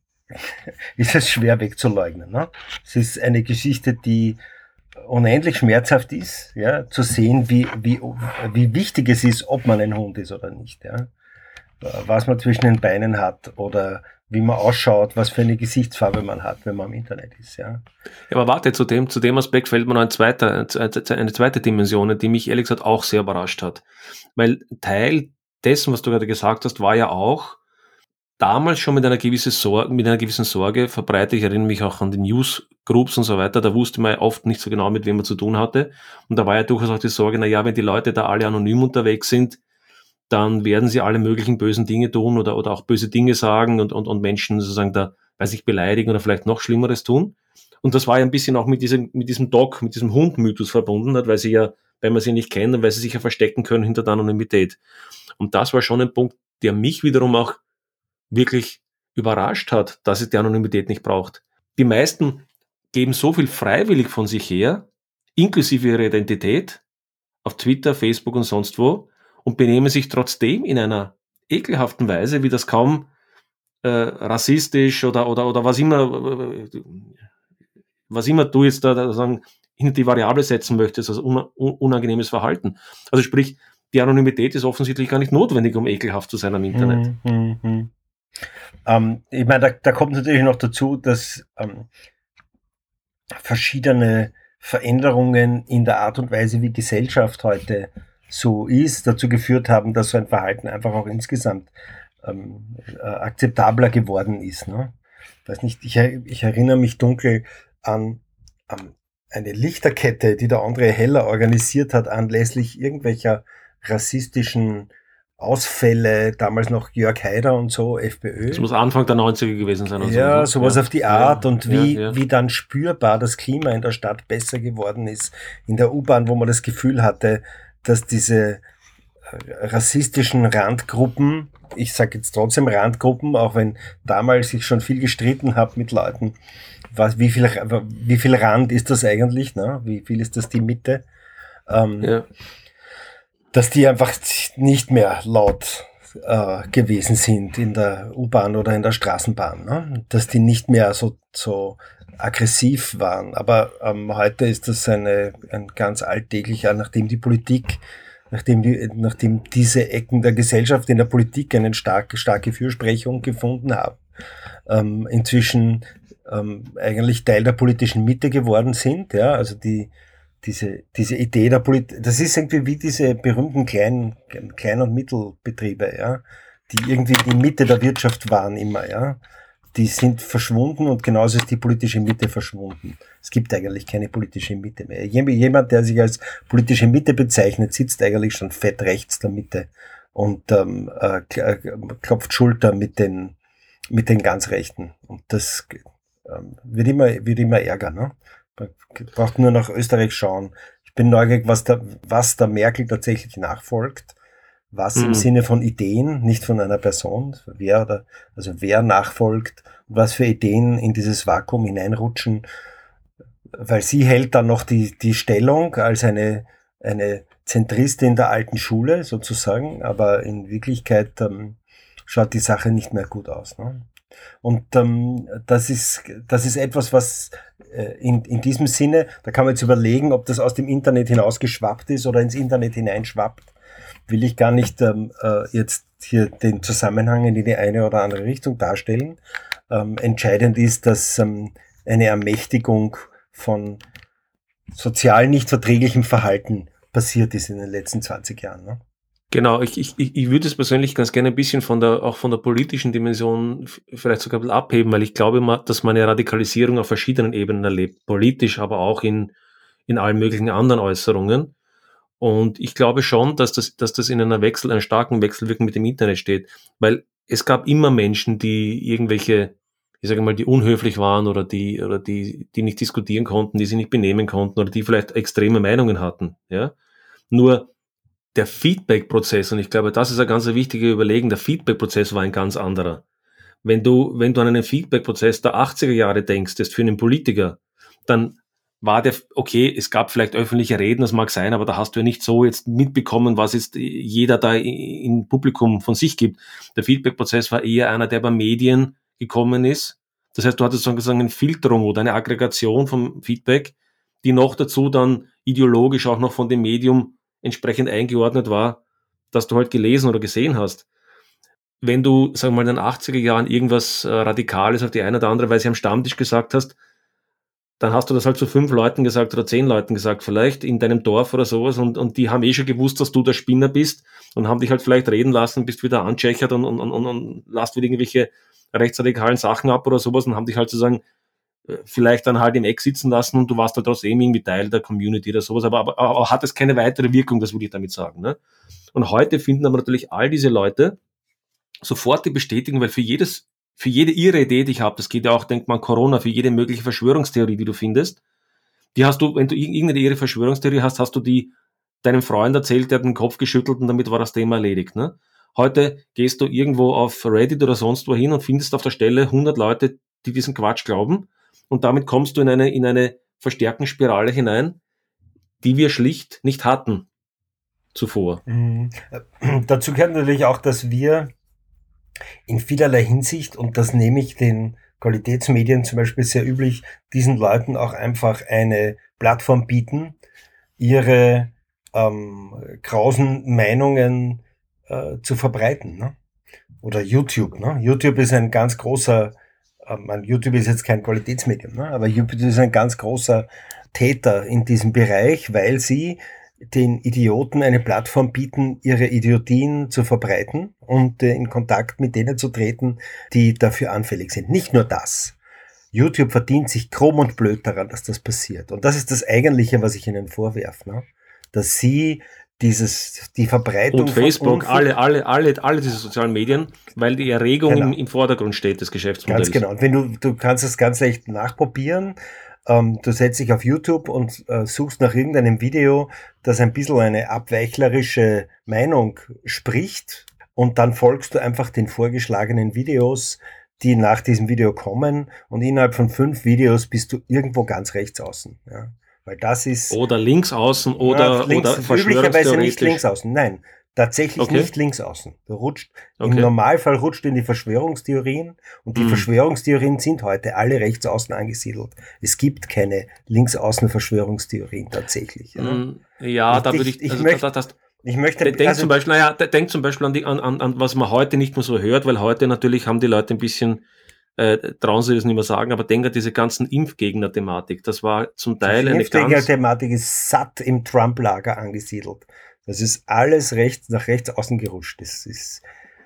ist es schwer wegzuleugnen. Ne? Es ist eine Geschichte, die unendlich schmerzhaft ist, ja, zu sehen, wie, wie, wie wichtig es ist, ob man ein Hund ist oder nicht. Ja? Was man zwischen den Beinen hat oder wie man ausschaut, was für eine Gesichtsfarbe man hat, wenn man am Internet ist. Ja, ja aber warte, zu dem, zu dem Aspekt fällt mir noch ein zweiter, eine zweite Dimension, die mich ehrlich gesagt auch sehr überrascht hat. Weil Teil dessen, was du gerade gesagt hast, war ja auch damals schon mit einer gewissen Sorge, mit einer gewissen Sorge verbreitet. Ich erinnere mich auch an die Newsgroups und so weiter. Da wusste man ja oft nicht so genau, mit wem man zu tun hatte. Und da war ja durchaus auch die Sorge, na ja, wenn die Leute da alle anonym unterwegs sind, dann werden sie alle möglichen bösen Dinge tun oder, oder auch böse Dinge sagen und, und, und Menschen sozusagen da, weiß ich, beleidigen oder vielleicht noch Schlimmeres tun. Und das war ja ein bisschen auch mit diesem, mit diesem Dog, mit diesem Hund-Mythos verbunden hat, weil sie ja, weil man sie nicht kennt und weil sie sich ja verstecken können hinter der Anonymität. Und das war schon ein Punkt, der mich wiederum auch wirklich überrascht hat, dass es die Anonymität nicht braucht. Die meisten geben so viel freiwillig von sich her, inklusive ihrer Identität, auf Twitter, Facebook und sonst wo, und benehmen sich trotzdem in einer ekelhaften Weise, wie das kaum äh, rassistisch oder, oder, oder was immer, äh, was immer du jetzt da, da sagen, hinter die Variable setzen möchtest, also un, un, unangenehmes Verhalten. Also sprich, die Anonymität ist offensichtlich gar nicht notwendig, um ekelhaft zu sein am Internet. Hm, hm, hm. Ähm, ich meine, da, da kommt natürlich noch dazu, dass ähm, verschiedene Veränderungen in der Art und Weise, wie Gesellschaft heute so ist, dazu geführt haben, dass so ein Verhalten einfach auch insgesamt ähm, äh, akzeptabler geworden ist. Ne? Ich weiß nicht, ich, ich erinnere mich dunkel an, an eine Lichterkette, die der André Heller organisiert hat, anlässlich irgendwelcher rassistischen Ausfälle, damals noch Jörg Haider und so, FPÖ. Das muss Anfang der neunziger gewesen sein. Und ja, so, sowas ja. auf die Art ja, und wie, ja, ja. wie dann spürbar das Klima in der Stadt besser geworden ist. In der U-Bahn, wo man das Gefühl hatte, dass diese rassistischen Randgruppen, ich sage jetzt trotzdem Randgruppen, auch wenn damals ich schon viel gestritten habe mit Leuten, was, wie viel, wie viel Rand ist das eigentlich, ne? Wie viel ist das die Mitte? Ähm, ja. Dass die einfach nicht mehr laut äh, gewesen sind in der U-Bahn oder in der Straßenbahn, ne? Dass die nicht mehr so, so aggressiv waren. Aber ähm, heute ist das eine, ein ganz alltäglicher, nachdem die Politik Nachdem, die, nachdem diese Ecken der Gesellschaft in der Politik eine starke, starke Fürsprechung gefunden haben, ähm, inzwischen ähm, eigentlich Teil der politischen Mitte geworden sind, ja, also die, diese, diese Idee der Politik, das ist irgendwie wie diese berühmten kleinen, Klein- und Mittelbetriebe, ja, die irgendwie die Mitte der Wirtschaft waren immer, ja. Die sind verschwunden und genauso ist die politische Mitte verschwunden. Es gibt eigentlich keine politische Mitte mehr. Jemand, der sich als politische Mitte bezeichnet, sitzt eigentlich schon fett rechts der Mitte und ähm, äh, klopft Schulter mit den mit den ganz Rechten. Und das ähm, wird immer wird immer ärger. Ne? Man braucht nur nach Österreich schauen. Ich bin neugierig, was da was der Merkel tatsächlich nachfolgt. Was mhm. im Sinne von Ideen, nicht von einer Person, wer oder, also wer nachfolgt und was für Ideen in dieses Vakuum hineinrutschen, weil sie hält dann noch die, die Stellung als eine, eine Zentristin der alten Schule sozusagen, aber in Wirklichkeit ähm, schaut die Sache nicht mehr gut aus. Ne? Und ähm, das ist, das ist etwas, was äh, in, in diesem Sinne, da kann man jetzt überlegen, ob das aus dem Internet hinausgeschwappt ist oder ins Internet hineinschwappt. Will ich gar nicht ähm, äh, jetzt hier den Zusammenhang in die eine oder andere Richtung darstellen. Ähm, entscheidend ist, dass ähm, eine Ermächtigung von sozial nicht verträglichem Verhalten passiert ist in den letzten zwanzig Jahren. Ne? Genau, ich, ich, ich würde es persönlich ganz gerne ein bisschen von der, auch von der politischen Dimension vielleicht sogar ein bisschen abheben, weil ich glaube, dass man eine Radikalisierung auf verschiedenen Ebenen erlebt, politisch, aber auch in, in allen möglichen anderen Äußerungen. Und ich glaube schon, dass das, dass das in einer Wechsel, einer starken Wechselwirkung mit dem Internet steht, weil es gab immer Menschen, die irgendwelche, ich sage mal, die unhöflich waren oder die, oder die, die nicht diskutieren konnten, die sich nicht benehmen konnten oder die vielleicht extreme Meinungen hatten, ja. Nur der Feedback-Prozess, und ich glaube, das ist ein ganz wichtiger Überlegen, der Feedback-Prozess war ein ganz anderer. Wenn du, wenn du an einen Feedback-Prozess der achtziger Jahre denkst, das für einen Politiker, dann war der, okay, es gab vielleicht öffentliche Reden, das mag sein, aber da hast du ja nicht so jetzt mitbekommen, was jetzt jeder da im Publikum von sich gibt. Der Feedback-Prozess war eher einer, der bei Medien gekommen ist. Das heißt, du hattest sozusagen eine Filterung oder eine Aggregation vom Feedback, die noch dazu dann ideologisch auch noch von dem Medium entsprechend eingeordnet war, dass du halt gelesen oder gesehen hast. Wenn du, sagen wir mal, in den achtziger Jahren irgendwas äh, Radikales auf die eine oder andere Weise am Stammtisch gesagt hast, dann hast du das halt zu fünf Leuten gesagt oder zehn Leuten gesagt, vielleicht in deinem Dorf oder sowas, und, und die haben eh schon gewusst, dass du der Spinner bist und haben dich halt vielleicht reden lassen, bist wieder anschächert und, und, und, und, und lasst wieder irgendwelche rechtsradikalen Sachen ab oder sowas und haben dich halt sozusagen vielleicht dann halt im Eck sitzen lassen und du warst halt trotzdem irgendwie Teil der Community oder sowas, aber, aber, aber hat es keine weitere Wirkung, das würde ich damit sagen. Ne? Und heute finden aber natürlich all diese Leute sofort die Bestätigung, weil für jedes Für jede ihre Idee, die ich habe, das geht ja auch, denkt man, Corona, für jede mögliche Verschwörungstheorie, die du findest, die hast du, wenn du irgendeine ihre Verschwörungstheorie hast, hast du die deinem Freund erzählt, der hat den Kopf geschüttelt und damit war das Thema erledigt. Ne? Heute gehst du irgendwo auf Reddit oder sonst wo hin und findest auf der Stelle hundert Leute, die diesen Quatsch glauben, und damit kommst du in eine, in eine Verstärkungsspirale hinein, die wir schlicht nicht hatten zuvor. Mhm. Dazu gehört natürlich auch, dass wir in vielerlei Hinsicht, und das nehme ich den Qualitätsmedien zum Beispiel sehr üblich, diesen Leuten auch einfach eine Plattform bieten, ihre ähm, grausen Meinungen äh, zu verbreiten. Ne? Oder YouTube. Ne? YouTube ist ein ganz großer, äh, YouTube ist jetzt kein Qualitätsmedium, ne? aber YouTube ist ein ganz großer Täter in diesem Bereich, weil sie den Idioten eine Plattform bieten, ihre Idiotien zu verbreiten und in Kontakt mit denen zu treten, die dafür anfällig sind. Nicht nur das. YouTube verdient sich krumm und blöd daran, dass das passiert. Und das ist das Eigentliche, was ich ihnen vorwerfe, ne? Dass sie dieses, die Verbreitung und Facebook, von alle, alle, alle, alle diese sozialen Medien, weil die Erregung genau. im, im Vordergrund steht des Geschäftsmodells. Ganz genau. Und wenn du, du kannst das ganz leicht nachprobieren. Ähm, du setzt dich auf YouTube und äh, suchst nach irgendeinem Video, das ein bisschen eine abweichlerische Meinung spricht, und dann folgst du einfach den vorgeschlagenen Videos, die nach diesem Video kommen, und innerhalb von fünf Videos bist du irgendwo ganz rechts außen. Ja. Weil das ist... Oder links außen oder, ja, links, oder üblicherweise nicht links außen. Nein, tatsächlich okay. nicht links außen. Du rutscht, okay. im Normalfall rutscht du in die Verschwörungstheorien, und die mhm. Verschwörungstheorien sind heute alle rechts außen angesiedelt. Es gibt keine links außen Verschwörungstheorien tatsächlich. Ja, mhm. ja ich, da würde ich... ich, also, möchte, das, das, ich möchte... Denk also, zum Beispiel, naja, denk zum Beispiel an, die, an, an, an was man heute nicht mehr so hört, weil heute natürlich haben die Leute ein bisschen... Äh, trauen sie das nicht mehr sagen, aber denke an diese ganzen Impfgegner-Thematik. Das war zum Teil die eine ganz... Impfgegner-Thematik ist satt im Trump-Lager angesiedelt. Das ist alles rechts, nach rechts außen gerutscht. Das ist,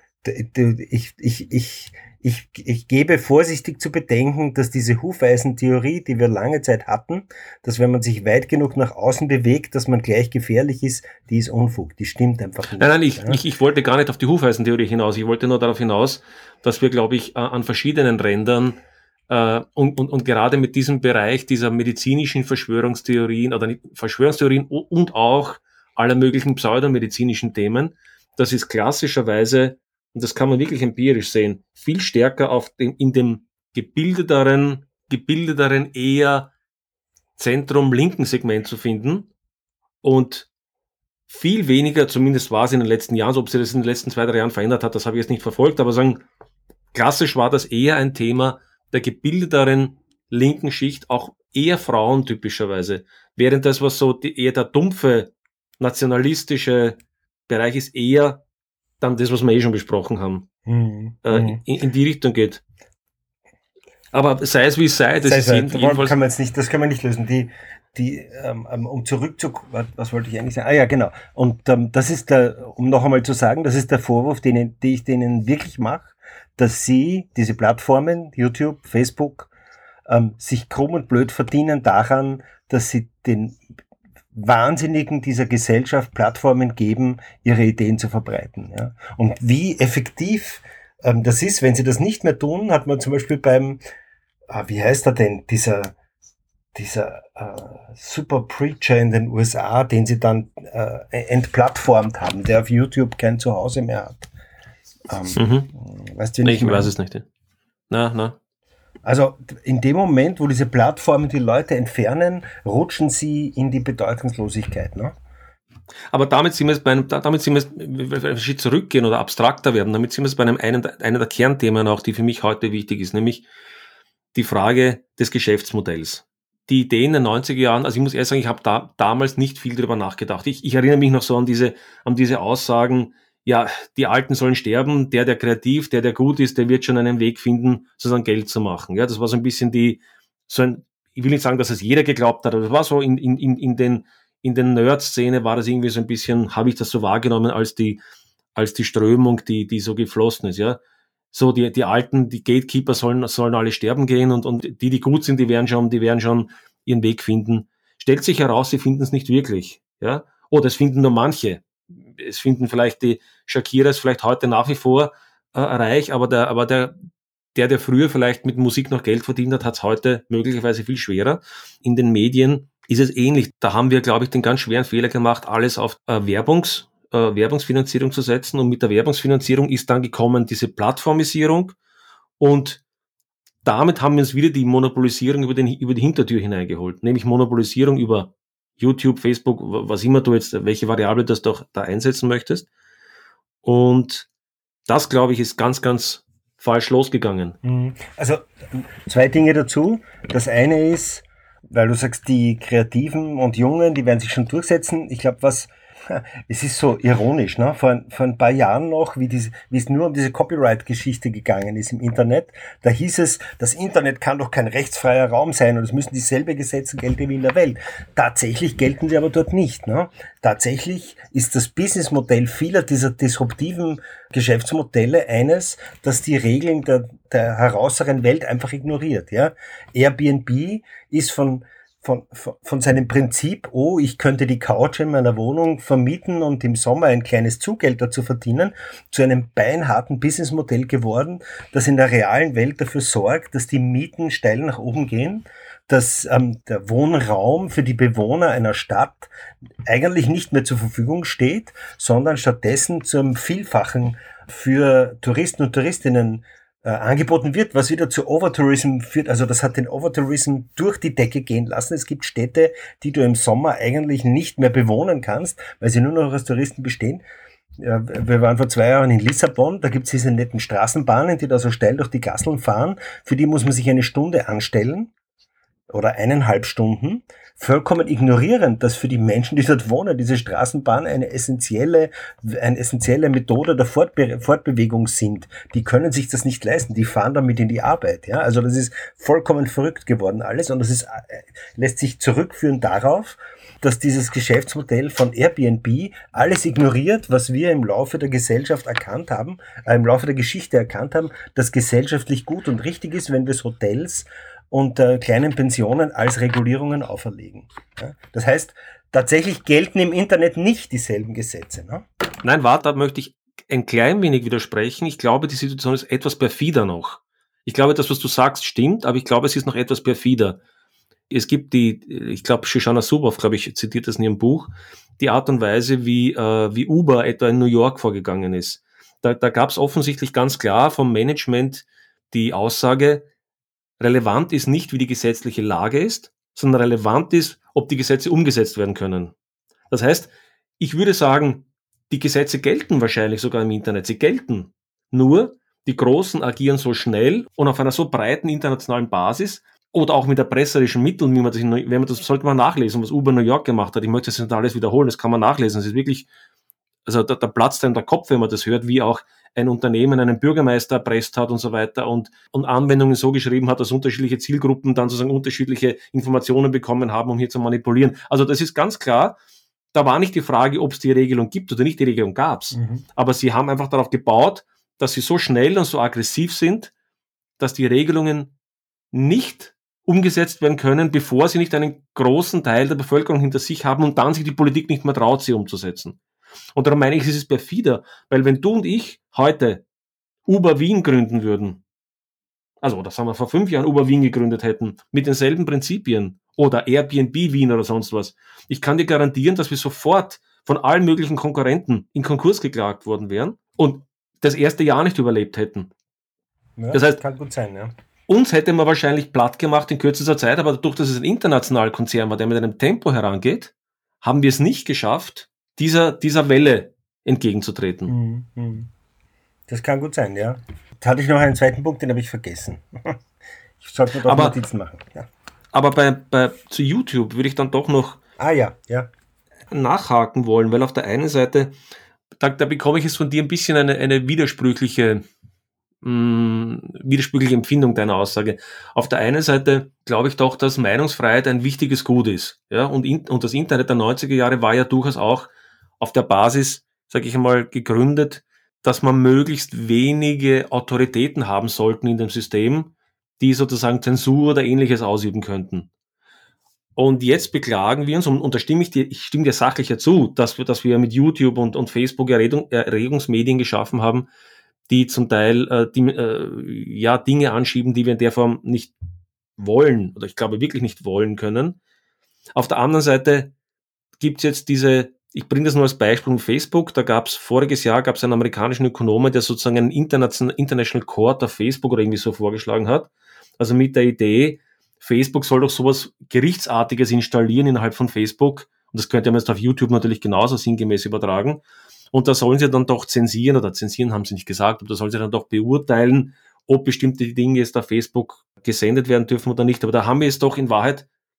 ich, ich, ich, ich, ich gebe vorsichtig zu bedenken, dass diese Hufeisentheorie, die wir lange Zeit hatten, dass wenn man sich weit genug nach außen bewegt, dass man gleich gefährlich ist, die ist Unfug. Die stimmt einfach nicht. Nein, nein, ich, ja? ich, ich wollte gar nicht auf die Hufeisentheorie hinaus. Ich wollte nur darauf hinaus, dass wir, glaube ich, an verschiedenen Rändern äh, und, und, und gerade mit diesem Bereich dieser medizinischen Verschwörungstheorien oder nicht, Verschwörungstheorien und auch aller möglichen pseudomedizinischen Themen, das ist klassischerweise, und das kann man wirklich empirisch sehen, viel stärker auf dem, in dem gebildeteren, gebildeteren eher Zentrum-linken Segment zu finden und viel weniger, zumindest war es in den letzten Jahren, so ob sich das in den letzten zwei, drei Jahren verändert hat, das habe ich jetzt nicht verfolgt, aber sagen, klassisch war das eher ein Thema der gebildeteren linken Schicht, auch eher Frauen typischerweise, während das, was so die, eher der dumpfe, nationalistische Bereich ist, eher dann das, was wir eh schon besprochen haben, mhm. äh, in, in die Richtung geht. Aber sei es wie es sei, das sei ist sei, jedenfalls... Kann man jetzt nicht, das kann man nicht lösen. Die, die, ähm, um zurückzukommen, was wollte ich eigentlich sagen? Ah ja, genau. Und ähm, das ist der, um noch einmal zu sagen, das ist der Vorwurf, den, den ich denen wirklich mache, dass sie, diese Plattformen, YouTube, Facebook, ähm, sich krumm und blöd verdienen daran, dass sie den Wahnsinnigen dieser Gesellschaft Plattformen geben, ihre Ideen zu verbreiten. Ja. Und wie effektiv ähm, das ist, wenn sie das nicht mehr tun, hat man zum Beispiel beim, ah, wie heißt er denn, dieser, dieser äh, Super Preacher in den U S A, den sie dann äh, entplattformt haben, der auf YouTube kein Zuhause mehr hat. Ähm, mhm. Weißt du, wie ich ich weiß es nicht. Na, na. Also in dem Moment, wo diese Plattformen die Leute entfernen, rutschen sie in die Bedeutungslosigkeit, ne? Aber damit sind wir jetzt bei einem, damit sind wir jetzt, wenn wir einen Schritt zurückgehen oder abstrakter werden, damit sind wir jetzt bei einem, einem, einer der Kernthemen auch, die für mich heute wichtig ist, nämlich die Frage des Geschäftsmodells. Die Idee in den neunziger Jahren, also ich muss ehrlich sagen, ich habe da damals nicht viel drüber nachgedacht. Ich, ich erinnere mich noch so an diese, an diese Aussagen, ja, die Alten sollen sterben, der, der kreativ, der, der gut ist, der wird schon einen Weg finden, sozusagen Geld zu machen. Ja, das war so ein bisschen die, so ein, ich will nicht sagen, dass es jeder geglaubt hat, aber das war so in, in, in, in den, in den Nerd-Szene war das irgendwie so ein bisschen, habe ich das so wahrgenommen als die, als die Strömung, die, die so geflossen ist, ja. So, die, die Alten, die Gatekeeper sollen, sollen alle sterben gehen und, und die, die gut sind, die werden schon, die werden schon ihren Weg finden. Stellt sich heraus, sie finden es nicht wirklich, ja. Oder es finden nur manche. Es finden vielleicht die Shakiras vielleicht heute nach wie vor äh, reich, aber der, aber der, der, der früher vielleicht mit Musik noch Geld verdient hat, hat es heute möglicherweise viel schwerer. In den Medien ist es ähnlich. Da haben wir, glaube ich, den ganz schweren Fehler gemacht, alles auf äh, Werbungs, äh, Werbungsfinanzierung zu setzen. Und mit der Werbungsfinanzierung ist dann gekommen diese Plattformisierung. Und damit haben wir uns wieder die Monopolisierung über, den, über die Hintertür hineingeholt. Nämlich Monopolisierung über YouTube, Facebook, was immer du jetzt, welche Variable das doch da einsetzen möchtest. Und das, glaube ich, ist ganz, ganz falsch losgegangen. Also zwei Dinge dazu. Das eine ist, weil du sagst, die Kreativen und Jungen, die werden sich schon durchsetzen. Ich glaube, was, Es ist so ironisch, ne? Vor, ein- vor ein paar Jahren noch, wie, diese, wie es nur um diese Copyright-Geschichte gegangen ist im Internet, da hieß es, das Internet kann doch kein rechtsfreier Raum sein und es müssen dieselbe Gesetze gelten wie in der Welt. Tatsächlich gelten sie aber dort nicht. Ne? Tatsächlich ist das Businessmodell vieler dieser disruptiven Geschäftsmodelle eines, das die Regeln der, der herauseren Welt einfach ignoriert. Ja? Airbnb ist von Von, von, von seinem Prinzip, oh, ich könnte die Couch in meiner Wohnung vermieten und im Sommer ein kleines Zugeld dazu verdienen, zu einem beinharten Businessmodell geworden, das in der realen Welt dafür sorgt, dass die Mieten steil nach oben gehen, dass ähm, der Wohnraum für die Bewohner einer Stadt eigentlich nicht mehr zur Verfügung steht, sondern stattdessen zum Vielfachen für Touristen und Touristinnen äh, angeboten wird, was wieder zu Overtourism führt. Also das hat den Overtourism durch die Decke gehen lassen. Es gibt Städte, die du im Sommer eigentlich nicht mehr bewohnen kannst, weil sie nur noch aus Touristen bestehen. Ja, wir waren vor zwei Jahren in Lissabon, da gibt's diese netten Straßenbahnen, die da so steil durch die Gasseln fahren. Für die muss man sich eine Stunde anstellen oder eineinhalb Stunden, vollkommen ignorierend, dass für die Menschen, die dort wohnen, diese Straßenbahn eine essentielle, eine essentielle Methode der Fortbe- Fortbewegung sind. Die können sich das nicht leisten, die fahren damit in die Arbeit. Ja? Also das ist vollkommen verrückt geworden alles und das ist, lässt sich zurückführen darauf, dass dieses Geschäftsmodell von Airbnb alles ignoriert, was wir im Laufe der Gesellschaft erkannt haben, äh, im Laufe der Geschichte erkannt haben, dass gesellschaftlich gut und richtig ist, wenn wir es Hotels und äh, kleinen Pensionen als Regulierungen auferlegen. Ja? Das heißt, tatsächlich gelten im Internet nicht dieselben Gesetze. Ne? Nein, warte, da möchte ich ein klein wenig widersprechen. Ich glaube, die Situation ist etwas perfider noch. Ich glaube, das, was du sagst, stimmt, aber ich glaube, es ist noch etwas perfider. Es gibt die, ich glaube, Shoshana Zuboff, glaube ich, zitiert das in ihrem Buch, die Art und Weise, wie, äh, wie Uber etwa in New York vorgegangen ist. Da, da gab es offensichtlich ganz klar vom Management die Aussage, relevant ist nicht, wie die gesetzliche Lage ist, sondern relevant ist, ob die Gesetze umgesetzt werden können. Das heißt, ich würde sagen, die Gesetze gelten wahrscheinlich sogar im Internet. Sie gelten. Nur, die Großen agieren so schnell und auf einer so breiten internationalen Basis oder auch mit erpresserischen Mitteln, wie man das, in, wenn man das sollte man nachlesen, was Uber New York gemacht hat. Ich möchte das nicht alles wiederholen, das kann man nachlesen. Es ist wirklich, also da, da platzt einem der Kopf, wenn man das hört, wie auch ein Unternehmen einen Bürgermeister erpresst hat und so weiter und, und Anwendungen so geschrieben hat, dass unterschiedliche Zielgruppen dann sozusagen unterschiedliche Informationen bekommen haben, um hier zu manipulieren. Also das ist ganz klar, da war nicht die Frage, ob es die Regelung gibt oder nicht, die Regelung gab's. Mhm. Aber sie haben einfach darauf gebaut, dass sie so schnell und so aggressiv sind, dass die Regelungen nicht umgesetzt werden können, bevor sie nicht einen großen Teil der Bevölkerung hinter sich haben und dann sich die Politik nicht mehr traut, sie umzusetzen. Und darum meine ich, es ist perfider, weil wenn du und ich heute Uber Wien gründen würden, also das haben wir vor fünf Jahren Uber Wien gegründet hätten, mit denselben Prinzipien oder Airbnb Wien oder sonst was, ich kann dir garantieren, dass wir sofort von allen möglichen Konkurrenten in Konkurs geklagt worden wären und das erste Jahr nicht überlebt hätten. Ja, das heißt, kann gut sein, ja. Uns hätte man wahrscheinlich platt gemacht in kürzester Zeit, aber dadurch, dass es ein internationaler Konzern war, der mit einem Tempo herangeht, haben wir es nicht geschafft, dieser, dieser Welle entgegenzutreten. Mhm. Das kann gut sein, ja. Da hatte ich noch einen zweiten Punkt, den habe ich vergessen. Ich sollte mir doch aber, Notizen machen. Ja. Aber bei, bei, zu YouTube würde ich dann doch noch ah, ja, ja. nachhaken wollen, weil auf der einen Seite, da, da bekomme ich jetzt von dir ein bisschen eine, eine widersprüchliche widersprüchliche Empfindung deiner Aussage. Auf der einen Seite glaube ich doch, dass Meinungsfreiheit ein wichtiges Gut ist. Ja, und, in, und das Internet der neunziger Jahre war ja durchaus auch auf der Basis, sage ich einmal, gegründet, dass man möglichst wenige Autoritäten haben sollten in dem System, die sozusagen Zensur oder Ähnliches ausüben könnten. Und jetzt beklagen wir uns, und, und da stimme ich dir, ich stimme dir sachlich ja zu, dass wir, dass wir mit YouTube und, und Facebook Erregung, Erregungsmedien geschaffen haben, die zum Teil äh, die, äh, ja Dinge anschieben, die wir in der Form nicht wollen oder ich glaube wirklich nicht wollen können. Auf der anderen Seite gibt's jetzt diese, ich bringe das nur als Beispiel von Facebook, da gab's voriges Jahr gab's einen amerikanischen Ökonomen, der sozusagen einen International, International Court auf Facebook oder irgendwie so vorgeschlagen hat, also mit der Idee, Facebook soll doch sowas Gerichtsartiges installieren innerhalb von Facebook und das könnte man jetzt auf YouTube natürlich genauso sinngemäß übertragen. Und da sollen sie dann doch zensieren, oder zensieren haben sie nicht gesagt, aber da sollen sie dann doch beurteilen, ob bestimmte Dinge jetzt auf Facebook gesendet werden dürfen oder nicht. Aber da haben wir es doch in Wahrheit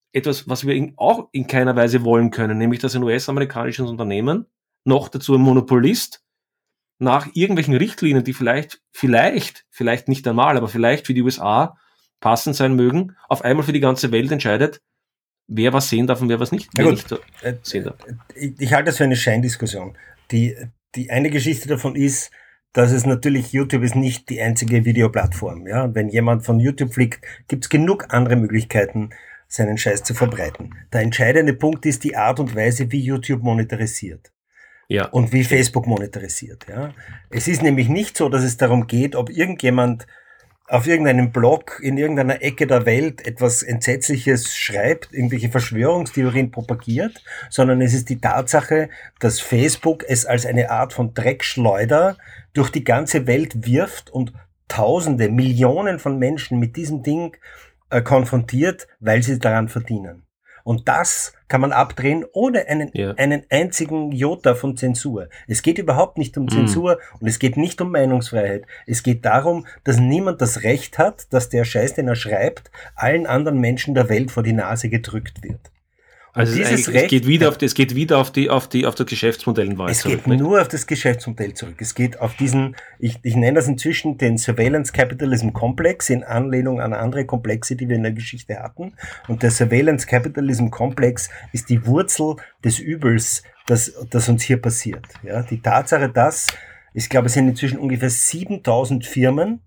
etwas, was wir in, auch in keiner Weise wollen können, nämlich dass ein U S-amerikanisches Unternehmen, noch dazu ein Monopolist, nach irgendwelchen Richtlinien, die vielleicht, vielleicht, vielleicht nicht einmal, aber vielleicht für die U S A passend sein mögen, auf einmal für die ganze Welt entscheidet, wer was sehen darf und wer was nicht, wer nicht sehen darf. Ich, ich halte das für eine Scheindiskussion. Die, die eine Geschichte davon ist, dass es natürlich, YouTube ist nicht die einzige Videoplattform. Ja? Und wenn jemand von YouTube fliegt, gibt es genug andere Möglichkeiten, seinen Scheiß zu verbreiten. Der entscheidende Punkt ist die Art und Weise, wie YouTube monetarisiert. Ja. Und wie Facebook monetarisiert. Ja? Es ist nämlich nicht so, dass es darum geht, ob irgendjemand auf irgendeinem Blog in irgendeiner Ecke der Welt etwas Entsetzliches schreibt, irgendwelche Verschwörungstheorien propagiert, sondern es ist die Tatsache, dass Facebook es als eine Art von Dreckschleuder durch die ganze Welt wirft und Tausende, Millionen von Menschen mit diesem Ding äh, konfrontiert, weil sie daran verdienen. Und das kann man abdrehen ohne einen, ja. einen einzigen Jota von Zensur. Es geht überhaupt nicht um Zensur mm. und es geht nicht um Meinungsfreiheit. Es geht darum, dass niemand das Recht hat, dass der Scheiß, den er schreibt, allen anderen Menschen der Welt vor die Nase gedrückt wird. Und also dieses es, Recht, es geht wieder auf, es geht wieder auf die, auf die, auf das Geschäftsmodell in Wahrheit Es geht zurück, nur auf das Geschäftsmodell zurück. Es geht auf diesen, ich, ich nenne das inzwischen den Surveillance Capitalism Komplex in Anlehnung an andere Komplexe, die wir in der Geschichte hatten. Und der Surveillance Capitalism Komplex ist die Wurzel des Übels, das, das uns hier passiert. Ja, die Tatsache, dass, ich glaube, es sind inzwischen ungefähr siebentausend Firmen,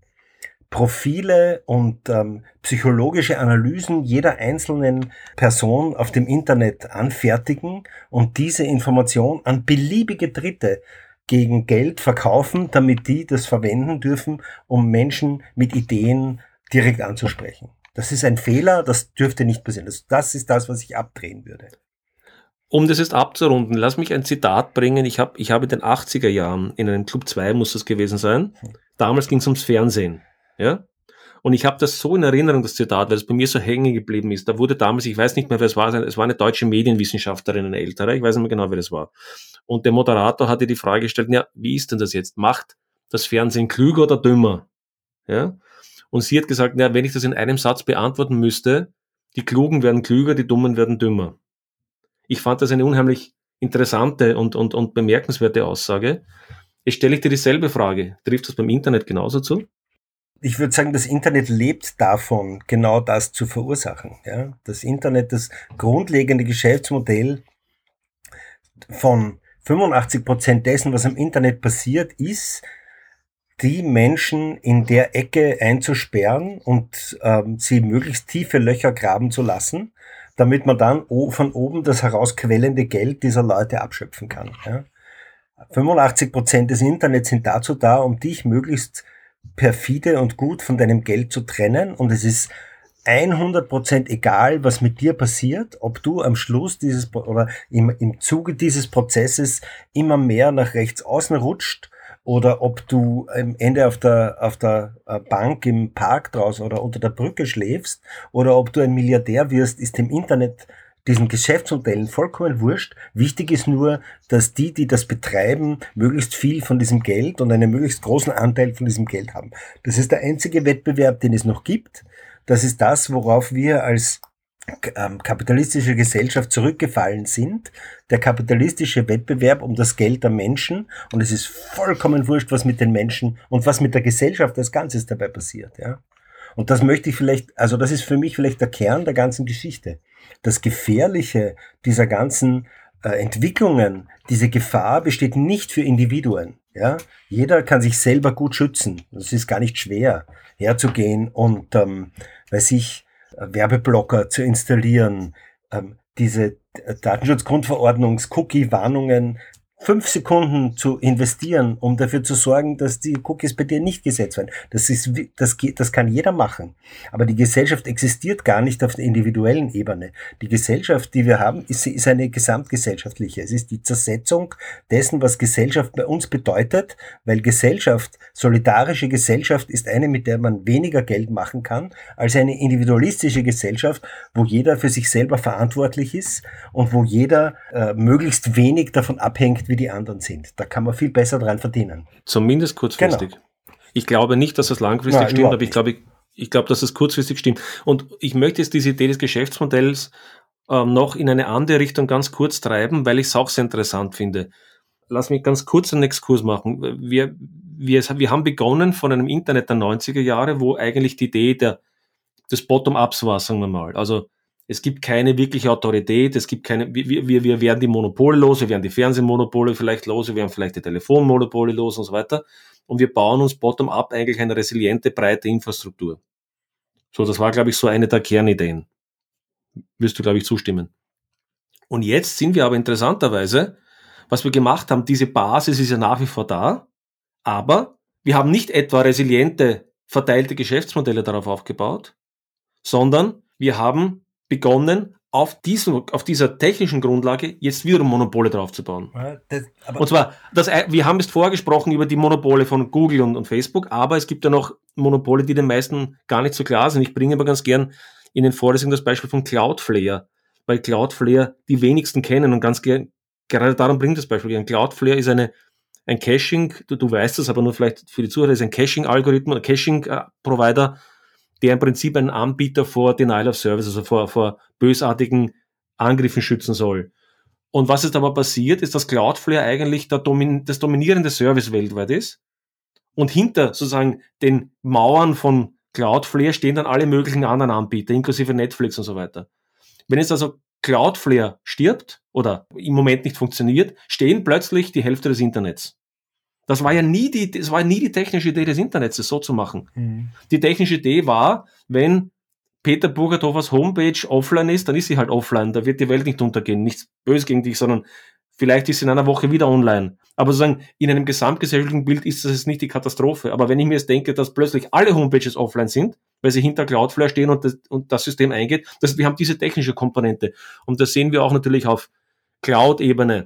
Profile und ähm, psychologische Analysen jeder einzelnen Person auf dem Internet anfertigen und diese Information an beliebige Dritte gegen Geld verkaufen, damit die das verwenden dürfen, um Menschen mit Ideen direkt anzusprechen. Das ist ein Fehler, das dürfte nicht passieren. Das, das ist das, was ich abdrehen würde. Um das jetzt abzurunden, lass mich ein Zitat bringen. Ich habe ich hab in den achtziger Jahren, in einem Club zwei muss das gewesen sein, damals ging es ums Fernsehen. Ja, und ich habe das so in Erinnerung, das Zitat, weil es bei mir so hängen geblieben ist. Da wurde damals, ich weiß nicht mehr, wer es war, es war eine deutsche Medienwissenschaftlerin, eine ältere, ich weiß nicht mehr genau, wer das war. Und der Moderator hatte die Frage gestellt, ja, wie ist denn das jetzt? Macht das Fernsehen klüger oder dümmer? Ja, und sie hat gesagt, ja, wenn ich das in einem Satz beantworten müsste, die Klugen werden klüger, die Dummen werden dümmer. Ich fand das eine unheimlich interessante und, und, und bemerkenswerte Aussage. Jetzt stelle ich dir dieselbe Frage. Trifft das beim Internet genauso zu? Ich würde sagen, das Internet lebt davon, genau das zu verursachen. Ja? Das Internet, das grundlegende Geschäftsmodell von fünfundachtzig Prozent dessen, was am Internet passiert, ist, die Menschen in der Ecke einzusperren und ähm, sie möglichst tiefe Löcher graben zu lassen, damit man dann von oben das herausquellende Geld dieser Leute abschöpfen kann. Ja? fünfundachtzig Prozent des Internets sind dazu da, um dich möglichst perfide und gut von deinem Geld zu trennen, und es ist hundert Prozent egal, was mit dir passiert, ob du am Schluss dieses oder im, im Zuge dieses Prozesses immer mehr nach rechts außen rutscht oder ob du am Ende auf der auf der Bank im Park draußen oder unter der Brücke schläfst oder ob du ein Milliardär wirst, ist im Internet diesen Geschäftsmodellen vollkommen wurscht. Wichtig ist nur, dass die, die das betreiben, möglichst viel von diesem Geld und einen möglichst großen Anteil von diesem Geld haben. Das ist der einzige Wettbewerb, den es noch gibt. Das ist das, worauf wir als ähm, kapitalistische Gesellschaft zurückgefallen sind. Der kapitalistische Wettbewerb um das Geld der Menschen. Und es ist vollkommen wurscht, was mit den Menschen und was mit der Gesellschaft als Ganzes dabei passiert. Ja? Und das möchte ich vielleicht, also das ist für mich vielleicht der Kern der ganzen Geschichte. Das Gefährliche dieser ganzen äh, Entwicklungen, diese Gefahr besteht nicht für Individuen. Ja? Jeder kann sich selber gut schützen. Das ist gar nicht schwer, herzugehen und, ähm, weiß ich, Werbeblocker zu installieren, ähm, diese Datenschutzgrundverordnungs-Cookie-Warnungen fünf Sekunden zu investieren, um dafür zu sorgen, dass die Cookies bei dir nicht gesetzt werden. Das ist, das geht, das kann jeder machen. Aber die Gesellschaft existiert gar nicht auf der individuellen Ebene. Die Gesellschaft, die wir haben, ist, ist eine gesamtgesellschaftliche. Es ist die Zersetzung dessen, was Gesellschaft bei uns bedeutet, weil Gesellschaft, solidarische Gesellschaft ist eine, mit der man weniger Geld machen kann, als eine individualistische Gesellschaft, wo jeder für sich selber verantwortlich ist und wo jeder äh, möglichst wenig davon abhängt, wie die anderen sind. Da kann man viel besser dran verdienen. Zumindest kurzfristig. Genau. Ich glaube nicht, dass das langfristig Nein, stimmt, aber ich glaube, ich glaube, dass es kurzfristig stimmt. Und ich möchte jetzt diese Idee des Geschäftsmodells ähm, noch in eine andere Richtung ganz kurz treiben, weil ich es auch sehr interessant finde. Lass mich ganz kurz einen Exkurs machen. Wir, wir, wir haben begonnen von einem Internet der neunziger Jahre, wo eigentlich die Idee der, des Bottom-Ups war, sagen wir mal. Also es gibt keine wirkliche Autorität, es gibt keine, wir, wir, wir werden die Monopole los, wir werden die Fernsehmonopole vielleicht los, wir werden vielleicht die Telefonmonopole los und so weiter. Und wir bauen uns bottom-up eigentlich eine resiliente, breite Infrastruktur. So, das war, glaube ich, so eine der Kernideen. Wirst du, glaube ich, zustimmen. Und jetzt sind wir aber interessanterweise, was wir gemacht haben, diese Basis ist ja nach wie vor da, aber wir haben nicht etwa resiliente, verteilte Geschäftsmodelle darauf aufgebaut, sondern wir haben begonnen, auf, diesem, auf dieser technischen Grundlage jetzt wiederum Monopole draufzubauen. Ja, das, aber und zwar, das, wir haben jetzt vorgesprochen über die Monopole von Google und, und Facebook, aber es gibt ja noch Monopole, die den meisten gar nicht so klar sind. Ich bringe aber ganz gern in den Vorlesungen das Beispiel von Cloudflare, weil Cloudflare die wenigsten kennen und ganz gern, gerade darum bringt das Beispiel gern. Cloudflare ist eine, ein Caching, du, du weißt es, aber nur vielleicht für die Zuhörer, ist ein Caching-Algorithmus, ein Caching-Provider, der im Prinzip einen Anbieter vor Denial of Service, also vor, vor bösartigen Angriffen schützen soll. Und was ist aber passiert, ist, dass Cloudflare eigentlich der Domin- das dominierende Service weltweit ist. Und hinter sozusagen den Mauern von Cloudflare stehen dann alle möglichen anderen Anbieter, inklusive Netflix und so weiter. Wenn jetzt also Cloudflare stirbt oder im Moment nicht funktioniert, stehen plötzlich die Hälfte des Internets. Das war ja nie die, das war nie die technische Idee des Internets, das so zu machen. Mhm. Die technische Idee war, wenn Peter Burchardhofers Homepage offline ist, dann ist sie halt offline, da wird die Welt nicht untergehen, nichts böse gegen dich, sondern vielleicht ist sie in einer Woche wieder online. Aber sozusagen in einem gesamtgesellschaftlichen Bild ist das jetzt nicht die Katastrophe. Aber wenn ich mir jetzt denke, dass plötzlich alle Homepages offline sind, weil sie hinter Cloudflare stehen und das, und das System eingeht, das, wir haben diese technische Komponente. Und das sehen wir auch natürlich auf Cloud-Ebene.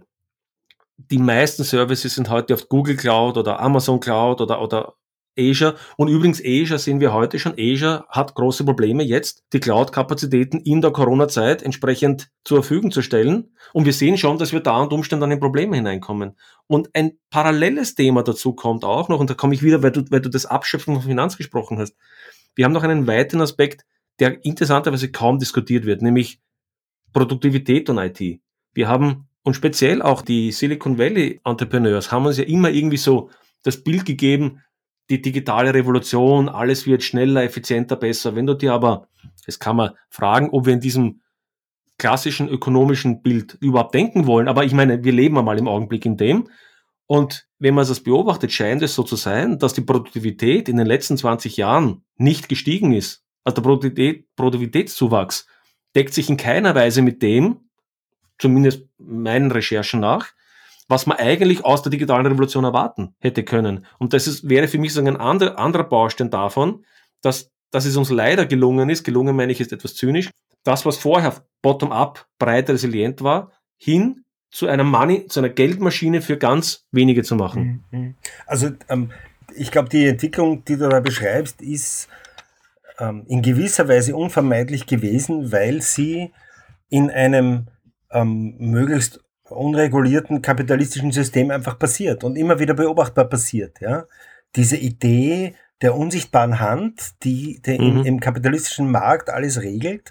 Die meisten Services sind heute auf Google Cloud oder Amazon Cloud oder, oder Azure. Und übrigens Azure sehen wir heute schon. Azure hat große Probleme jetzt, die Cloud-Kapazitäten in der Corona-Zeit entsprechend zur Verfügung zu stellen. Und wir sehen schon, dass wir da unter Umständen dann in Probleme hineinkommen. Und ein paralleles Thema dazu kommt auch noch, und da komme ich wieder, weil du, weil du das Abschöpfen von Finanz gesprochen hast. Wir haben noch einen weiteren Aspekt, der interessanterweise kaum diskutiert wird, nämlich Produktivität und I T. Wir haben und speziell auch die Silicon Valley Entrepreneurs haben uns ja immer irgendwie so das Bild gegeben, die digitale Revolution, alles wird schneller, effizienter, besser. Wenn du dir aber, das kann man fragen, ob wir in diesem klassischen ökonomischen Bild überhaupt denken wollen, aber ich meine, wir leben einmal im Augenblick in dem. Und wenn man das beobachtet, scheint es so zu sein, dass die Produktivität in den letzten zwanzig Jahren nicht gestiegen ist. Also der Produktivität, Produktivitätszuwachs deckt sich in keiner Weise mit dem, zumindest meinen Recherchen nach, was man eigentlich aus der digitalen Revolution erwarten hätte können. Und das ist, wäre für mich so ein anderer, anderer Baustein davon, dass, dass es uns leider gelungen ist, gelungen meine ich ist etwas zynisch, das, was vorher bottom-up breit resilient war, hin zu einer Money, zu einer Geldmaschine für ganz wenige zu machen. Also ähm, ich glaube, die Entwicklung, die du da beschreibst, ist ähm, in gewisser Weise unvermeidlich gewesen, weil sie in einem ähm, möglichst unregulierten kapitalistischen System einfach passiert und immer wieder beobachtbar passiert. Ja? Diese Idee der unsichtbaren Hand, die, die mhm. im, im kapitalistischen Markt alles regelt,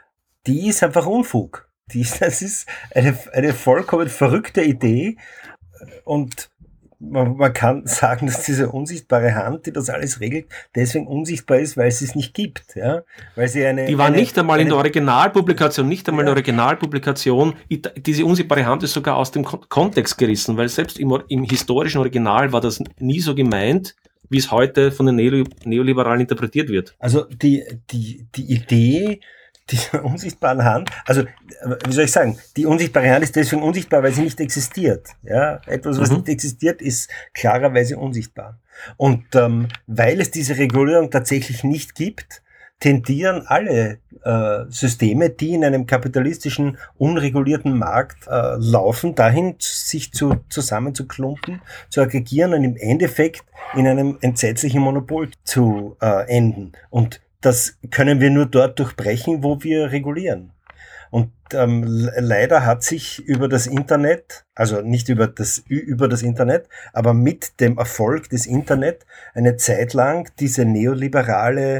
die ist einfach Unfug. Die, das ist eine, eine vollkommen verrückte Idee und man, man kann sagen, dass diese unsichtbare Hand, die das alles regelt, deswegen unsichtbar ist, weil es es nicht gibt. Ja? Weil sie eine, die war eine, nicht einmal eine, in der Originalpublikation, nicht einmal ja. in der Originalpublikation. Diese unsichtbare Hand ist sogar aus dem Kontext gerissen, weil selbst im, im historischen Original war das nie so gemeint, wie es heute von den Neoliberalen interpretiert wird. Also die, die, die Idee dieser unsichtbaren Hand, also wie soll ich sagen, die unsichtbare Hand ist deswegen unsichtbar, weil sie nicht existiert. Ja, etwas, was mhm. nicht existiert, ist klarerweise unsichtbar. Und ähm, weil es diese Regulierung tatsächlich nicht gibt, tendieren alle äh, Systeme, die in einem kapitalistischen, unregulierten Markt äh, laufen, dahin, sich zu, zusammenzuklumpen, zu aggregieren und im Endeffekt in einem entsetzlichen Monopol zu äh, enden. Und das können wir nur dort durchbrechen, wo wir regulieren. Und ähm, leider hat sich über das Internet, also nicht über das über das Internet, aber mit dem Erfolg des Internet eine Zeit lang diese neoliberale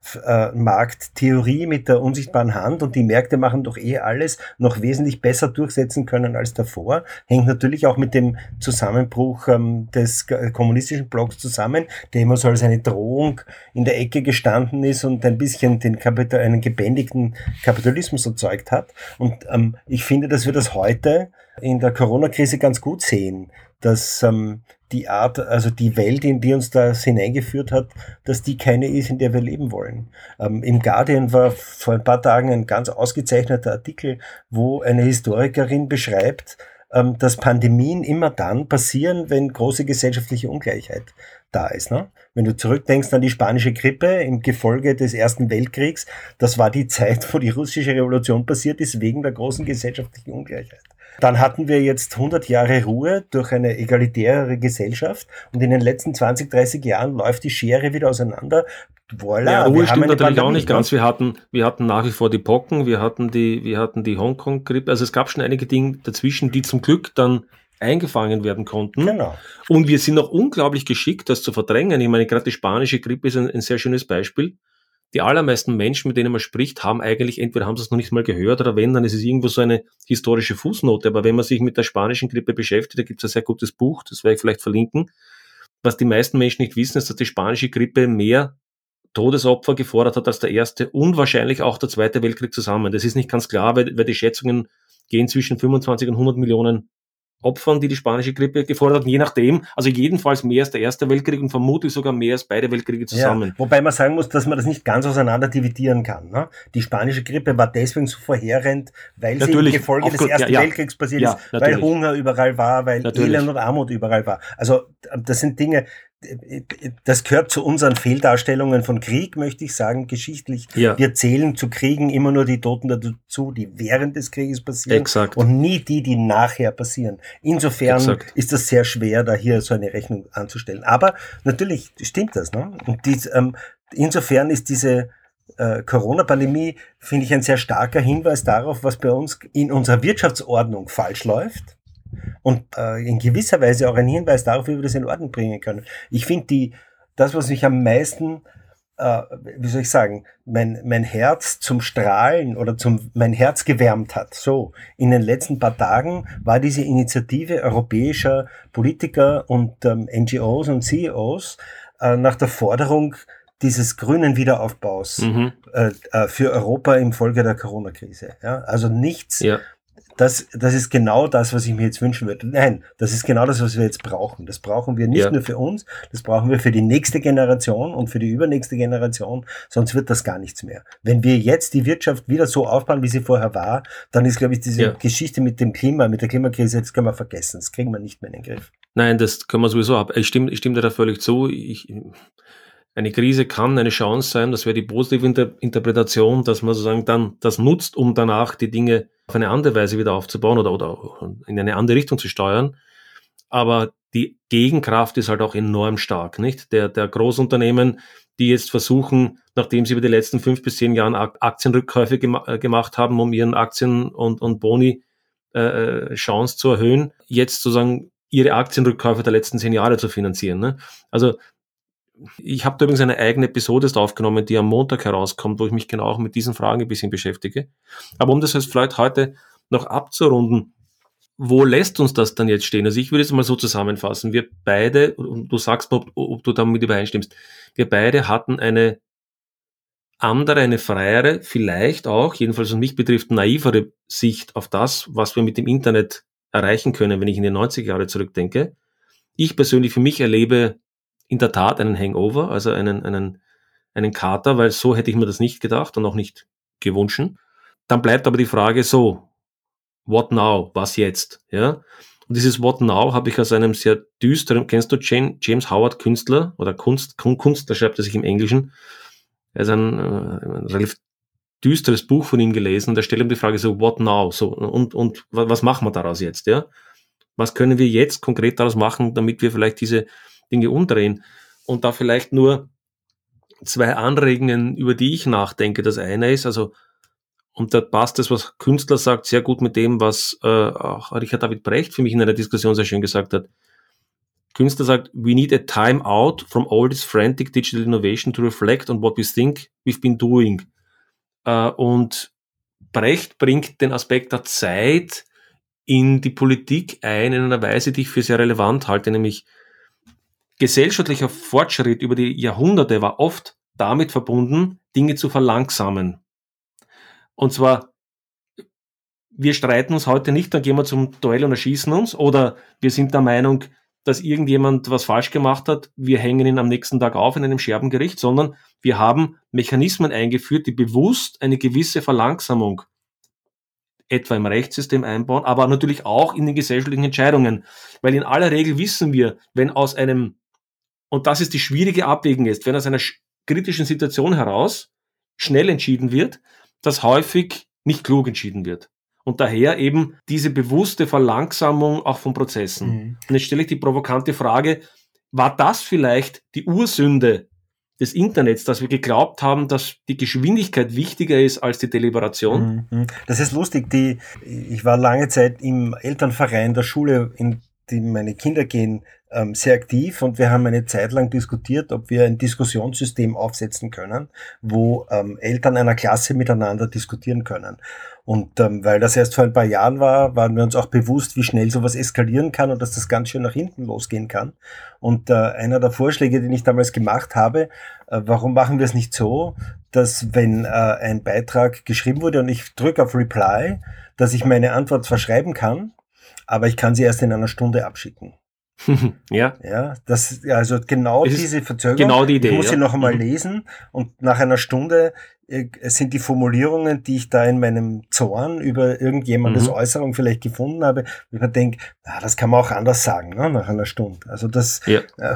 äh, Markttheorie mit der unsichtbaren Hand und die Märkte machen doch eh alles noch wesentlich besser durchsetzen können als davor. Hängt natürlich auch mit dem Zusammenbruch ähm, des äh, kommunistischen Blocks zusammen, der immer so als eine Drohung in der Ecke gestanden ist und ein bisschen den Kapital, einen gebändigten Kapitalismus erzeugt hat. Und ähm, ich finde, dass wir das heute in der Corona-Krise ganz gut sehen, dass ähm, die Art, also die Welt, in die uns das hineingeführt hat, dass die keine ist, in der wir leben wollen. Ähm, Im Guardian war vor ein paar Tagen ein ganz ausgezeichneter Artikel, wo eine Historikerin beschreibt, ähm, dass Pandemien immer dann passieren, wenn große gesellschaftliche Ungleichheit da ist. Ne? Wenn du zurückdenkst an die spanische Grippe im Gefolge des Ersten Weltkriegs, das war die Zeit, wo die russische Revolution passiert ist, wegen der großen gesellschaftlichen Ungleichheit. Dann hatten wir jetzt hundert Jahre Ruhe durch eine egalitärere Gesellschaft und in den letzten zwanzig, dreißig Jahren läuft die Schere wieder auseinander. Voilà, ja, Ruhe stimmt natürlich Pandemie, auch nicht ganz. Wir hatten, wir hatten nach wie vor die Pocken, wir hatten die, wir hatten die Hongkong-Grippe. Also es gab schon einige Dinge dazwischen, die zum Glück dann eingefangen werden konnten. Genau. Und wir sind auch unglaublich geschickt, das zu verdrängen. Ich meine, gerade die spanische Grippe ist ein, ein sehr schönes Beispiel. Die allermeisten Menschen, mit denen man spricht, haben eigentlich, entweder haben sie es noch nicht mal gehört oder wenn, dann ist es irgendwo so eine historische Fußnote. Aber wenn man sich mit der spanischen Grippe beschäftigt, da gibt es ein sehr gutes Buch, das werde ich vielleicht verlinken. Was die meisten Menschen nicht wissen, ist, dass die spanische Grippe mehr Todesopfer gefordert hat als der Erste und wahrscheinlich auch der Zweite Weltkrieg zusammen. Das ist nicht ganz klar, weil, weil die Schätzungen gehen zwischen fünfundzwanzig und hundert Millionen Opfern, die die spanische Grippe gefordert hat, je nachdem, also jedenfalls mehr als der Erste Weltkrieg und vermutlich sogar mehr als beide Weltkriege zusammen. Ja, wobei man sagen muss, dass man das nicht ganz auseinander dividieren kann. Ne? Die spanische Grippe war deswegen so verheerend, weil natürlich, sie im Gefolge des Ersten ja, Weltkriegs passiert ja, ist, natürlich. weil Hunger überall war, weil Natürlich. Elend und Armut überall war. Also das sind Dinge, das gehört zu unseren Fehldarstellungen von Krieg, möchte ich sagen, geschichtlich. Ja. Wir zählen zu Kriegen immer nur die Toten dazu, die während des Krieges passieren. Exakt. Und nie die, die nachher passieren. Insofern Exakt. ist das sehr schwer, da hier so eine Rechnung anzustellen. Aber natürlich stimmt das. Ne? Und dies, ähm, insofern ist diese äh, Corona-Pandemie, finde ich, ein sehr starker Hinweis darauf, was bei uns in unserer Wirtschaftsordnung falsch läuft. Und äh, in gewisser Weise auch ein Hinweis darauf, wie wir das in Ordnung bringen können. Ich finde, die das, was mich am meisten, äh, wie soll ich sagen, mein, mein Herz zum Strahlen oder zum mein Herz gewärmt hat, so in den letzten paar Tagen, war diese Initiative europäischer Politiker und ähm, N G Os und C E Os äh, nach der Forderung dieses grünen Wiederaufbaus Mhm. äh, äh, für Europa im Folge der Corona-Krise. Ja? Also nichts... Ja. Das, das ist genau das, was ich mir jetzt wünschen würde. Nein, das ist genau das, was wir jetzt brauchen. Das brauchen wir nicht Ja. nur für uns, das brauchen wir für die nächste Generation und für die übernächste Generation, sonst wird das gar nichts mehr. Wenn wir jetzt die Wirtschaft wieder so aufbauen, wie sie vorher war, dann ist, glaube ich, diese Ja. Geschichte mit dem Klima, mit der Klimakrise, das können wir vergessen. Das kriegen wir nicht mehr in den Griff. Nein, das können wir sowieso ab. Ich stimme, ich stimme dir da völlig zu. Ich, eine Krise kann eine Chance sein, das wäre die positive Inter- Interpretation, dass man sozusagen dann das nutzt, um danach die Dinge auf eine andere Weise wieder aufzubauen oder, oder in eine andere Richtung zu steuern. Aber die Gegenkraft ist halt auch enorm stark, nicht? Der, der Großunternehmen, die jetzt versuchen, nachdem sie über die letzten fünf bis zehn Jahren Aktienrückkäufe gema- gemacht haben, um ihren Aktien- und, und Boni-Chance äh, zu erhöhen, jetzt sozusagen ihre Aktienrückkäufe der letzten zehn Jahre zu finanzieren. Ne? Also ich habe da übrigens eine eigene Episode aufgenommen, die am Montag herauskommt, wo ich mich genau auch mit diesen Fragen ein bisschen beschäftige. Aber um das jetzt vielleicht heute noch abzurunden, wo lässt uns das dann jetzt stehen? Also ich würde es mal so zusammenfassen. Wir beide, und du sagst mal, ob, ob du damit übereinstimmst, wir beide hatten eine andere, eine freiere, vielleicht auch, jedenfalls was mich betrifft, naivere Sicht auf das, was wir mit dem Internet erreichen können, wenn ich in die neunziger Jahre zurückdenke. Ich persönlich für mich erlebe in der Tat einen Hangover, also einen, einen, einen Kater, weil so hätte ich mir das nicht gedacht und auch nicht gewünscht. Dann bleibt aber die Frage so, what now? Was jetzt? Ja. Und dieses What now habe ich aus einem sehr düsteren, kennst du James Howard, Künstler oder Kunst, Kunstler schreibt er sich im Englischen. Er ist ein, ein relativ düsteres Buch von ihm gelesen und er stellt ihm die Frage so, what now? So, und, und was machen wir daraus jetzt? Ja. Was können wir jetzt konkret daraus machen, damit wir vielleicht diese Dinge umdrehen? Und da vielleicht nur zwei Anregungen, über die ich nachdenke. Das eine ist, also, und da passt das, was Künstler sagt, sehr gut mit dem, was äh, auch Richard David Brecht für mich in einer Diskussion sehr schön gesagt hat. Künstler sagt, we need a time out from all this frantic digital innovation to reflect on what we think we've been doing. Äh, und Brecht bringt den Aspekt der Zeit in die Politik ein, in einer Weise, die ich für sehr relevant halte, nämlich gesellschaftlicher Fortschritt über die Jahrhunderte war oft damit verbunden, Dinge zu verlangsamen. Und zwar, wir streiten uns heute nicht, dann gehen wir zum Duell und erschießen uns, oder wir sind der Meinung, dass irgendjemand was falsch gemacht hat, wir hängen ihn am nächsten Tag auf in einem Scherbengericht, sondern wir haben Mechanismen eingeführt, die bewusst eine gewisse Verlangsamung etwa im Rechtssystem einbauen, aber natürlich auch in den gesellschaftlichen Entscheidungen. Weil in aller Regel wissen wir, wenn aus einem, und das ist die schwierige Abwägung jetzt, wenn aus einer kritischen Situation heraus schnell entschieden wird, dass häufig nicht klug entschieden wird. Und daher eben diese bewusste Verlangsamung auch von Prozessen. Mhm. Und jetzt stelle ich die provokante Frage, war das vielleicht die Ursünde des Internets, dass wir geglaubt haben, dass die Geschwindigkeit wichtiger ist als die Deliberation? Mhm. Das ist lustig. Die, ich war lange Zeit im Elternverein der Schule, in die meine Kinder gehen, ähm, sehr aktiv, und wir haben eine Zeit lang diskutiert, ob wir ein Diskussionssystem aufsetzen können, wo ähm, Eltern einer Klasse miteinander diskutieren können. Und ähm, weil das erst vor ein paar Jahren war, waren wir uns auch bewusst, wie schnell sowas eskalieren kann und dass das ganz schön nach hinten losgehen kann. Und äh, einer der Vorschläge, den ich damals gemacht habe, äh, warum machen wir es nicht so, dass wenn äh, ein Beitrag geschrieben wurde und ich drücke auf Reply, dass ich meine Antwort zwar schreiben kann, aber ich kann sie erst in einer Stunde abschicken. Ja. Ja, das, also genau es diese Verzögerung. Genau die Idee. Ich muss sie ja. noch einmal mhm. lesen, und nach einer Stunde äh, sind die Formulierungen, die ich da in meinem Zorn über irgendjemandes mhm. Äußerung vielleicht gefunden habe, wo ich mir denke, na, das kann man auch anders sagen, ne, nach einer Stunde. Also das ja. äh,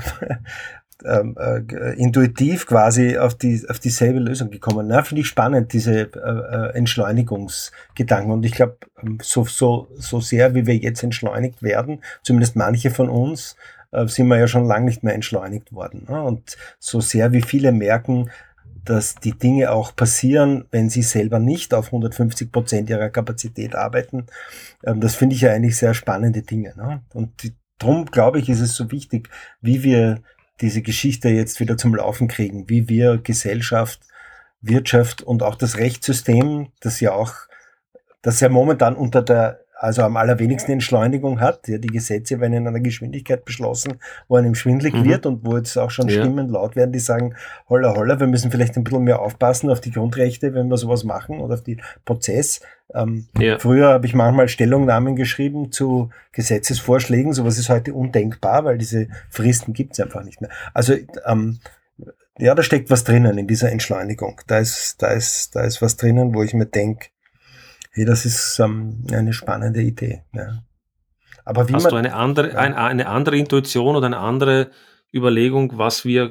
äh, äh, intuitiv quasi auf die auf dieselbe Lösung gekommen. Na, finde ich spannend, diese äh, Entschleunigungsgedanken. Und ich glaube, so so so sehr wie wir jetzt entschleunigt werden, zumindest manche von uns, äh, sind wir ja schon lange nicht mehr entschleunigt worden. Ne? Und so sehr wie viele merken, dass die Dinge auch passieren, wenn sie selber nicht auf hundertfünfzig Prozent ihrer Kapazität arbeiten, ähm, das finde ich ja eigentlich sehr spannende Dinge. Ne? Und die, drum glaube ich, ist es so wichtig, wie wir diese Geschichte jetzt wieder zum Laufen kriegen, wie wir Gesellschaft, Wirtschaft und auch das Rechtssystem, das ja auch, das ja momentan unter der, also am allerwenigsten Entschleunigung hat, ja, die Gesetze werden in einer Geschwindigkeit beschlossen, wo einem schwindelig mhm. wird und wo jetzt auch schon ja. Stimmen laut werden, die sagen, holla holla, wir müssen vielleicht ein bisschen mehr aufpassen auf die Grundrechte, wenn wir sowas machen, oder auf den Prozess. Ähm, ja. Früher habe ich manchmal Stellungnahmen geschrieben zu Gesetzesvorschlägen, sowas ist heute undenkbar, weil diese Fristen gibt es einfach nicht mehr. Also ähm, ja, da steckt was drinnen in dieser Entschleunigung. Da ist, da ist, da ist was drinnen, wo ich mir denke, hey, das ist ähm, eine spannende Idee. Ja. Aber wie Hast man, du eine andere, ja. eine, eine andere Intuition oder eine andere Überlegung, was wir,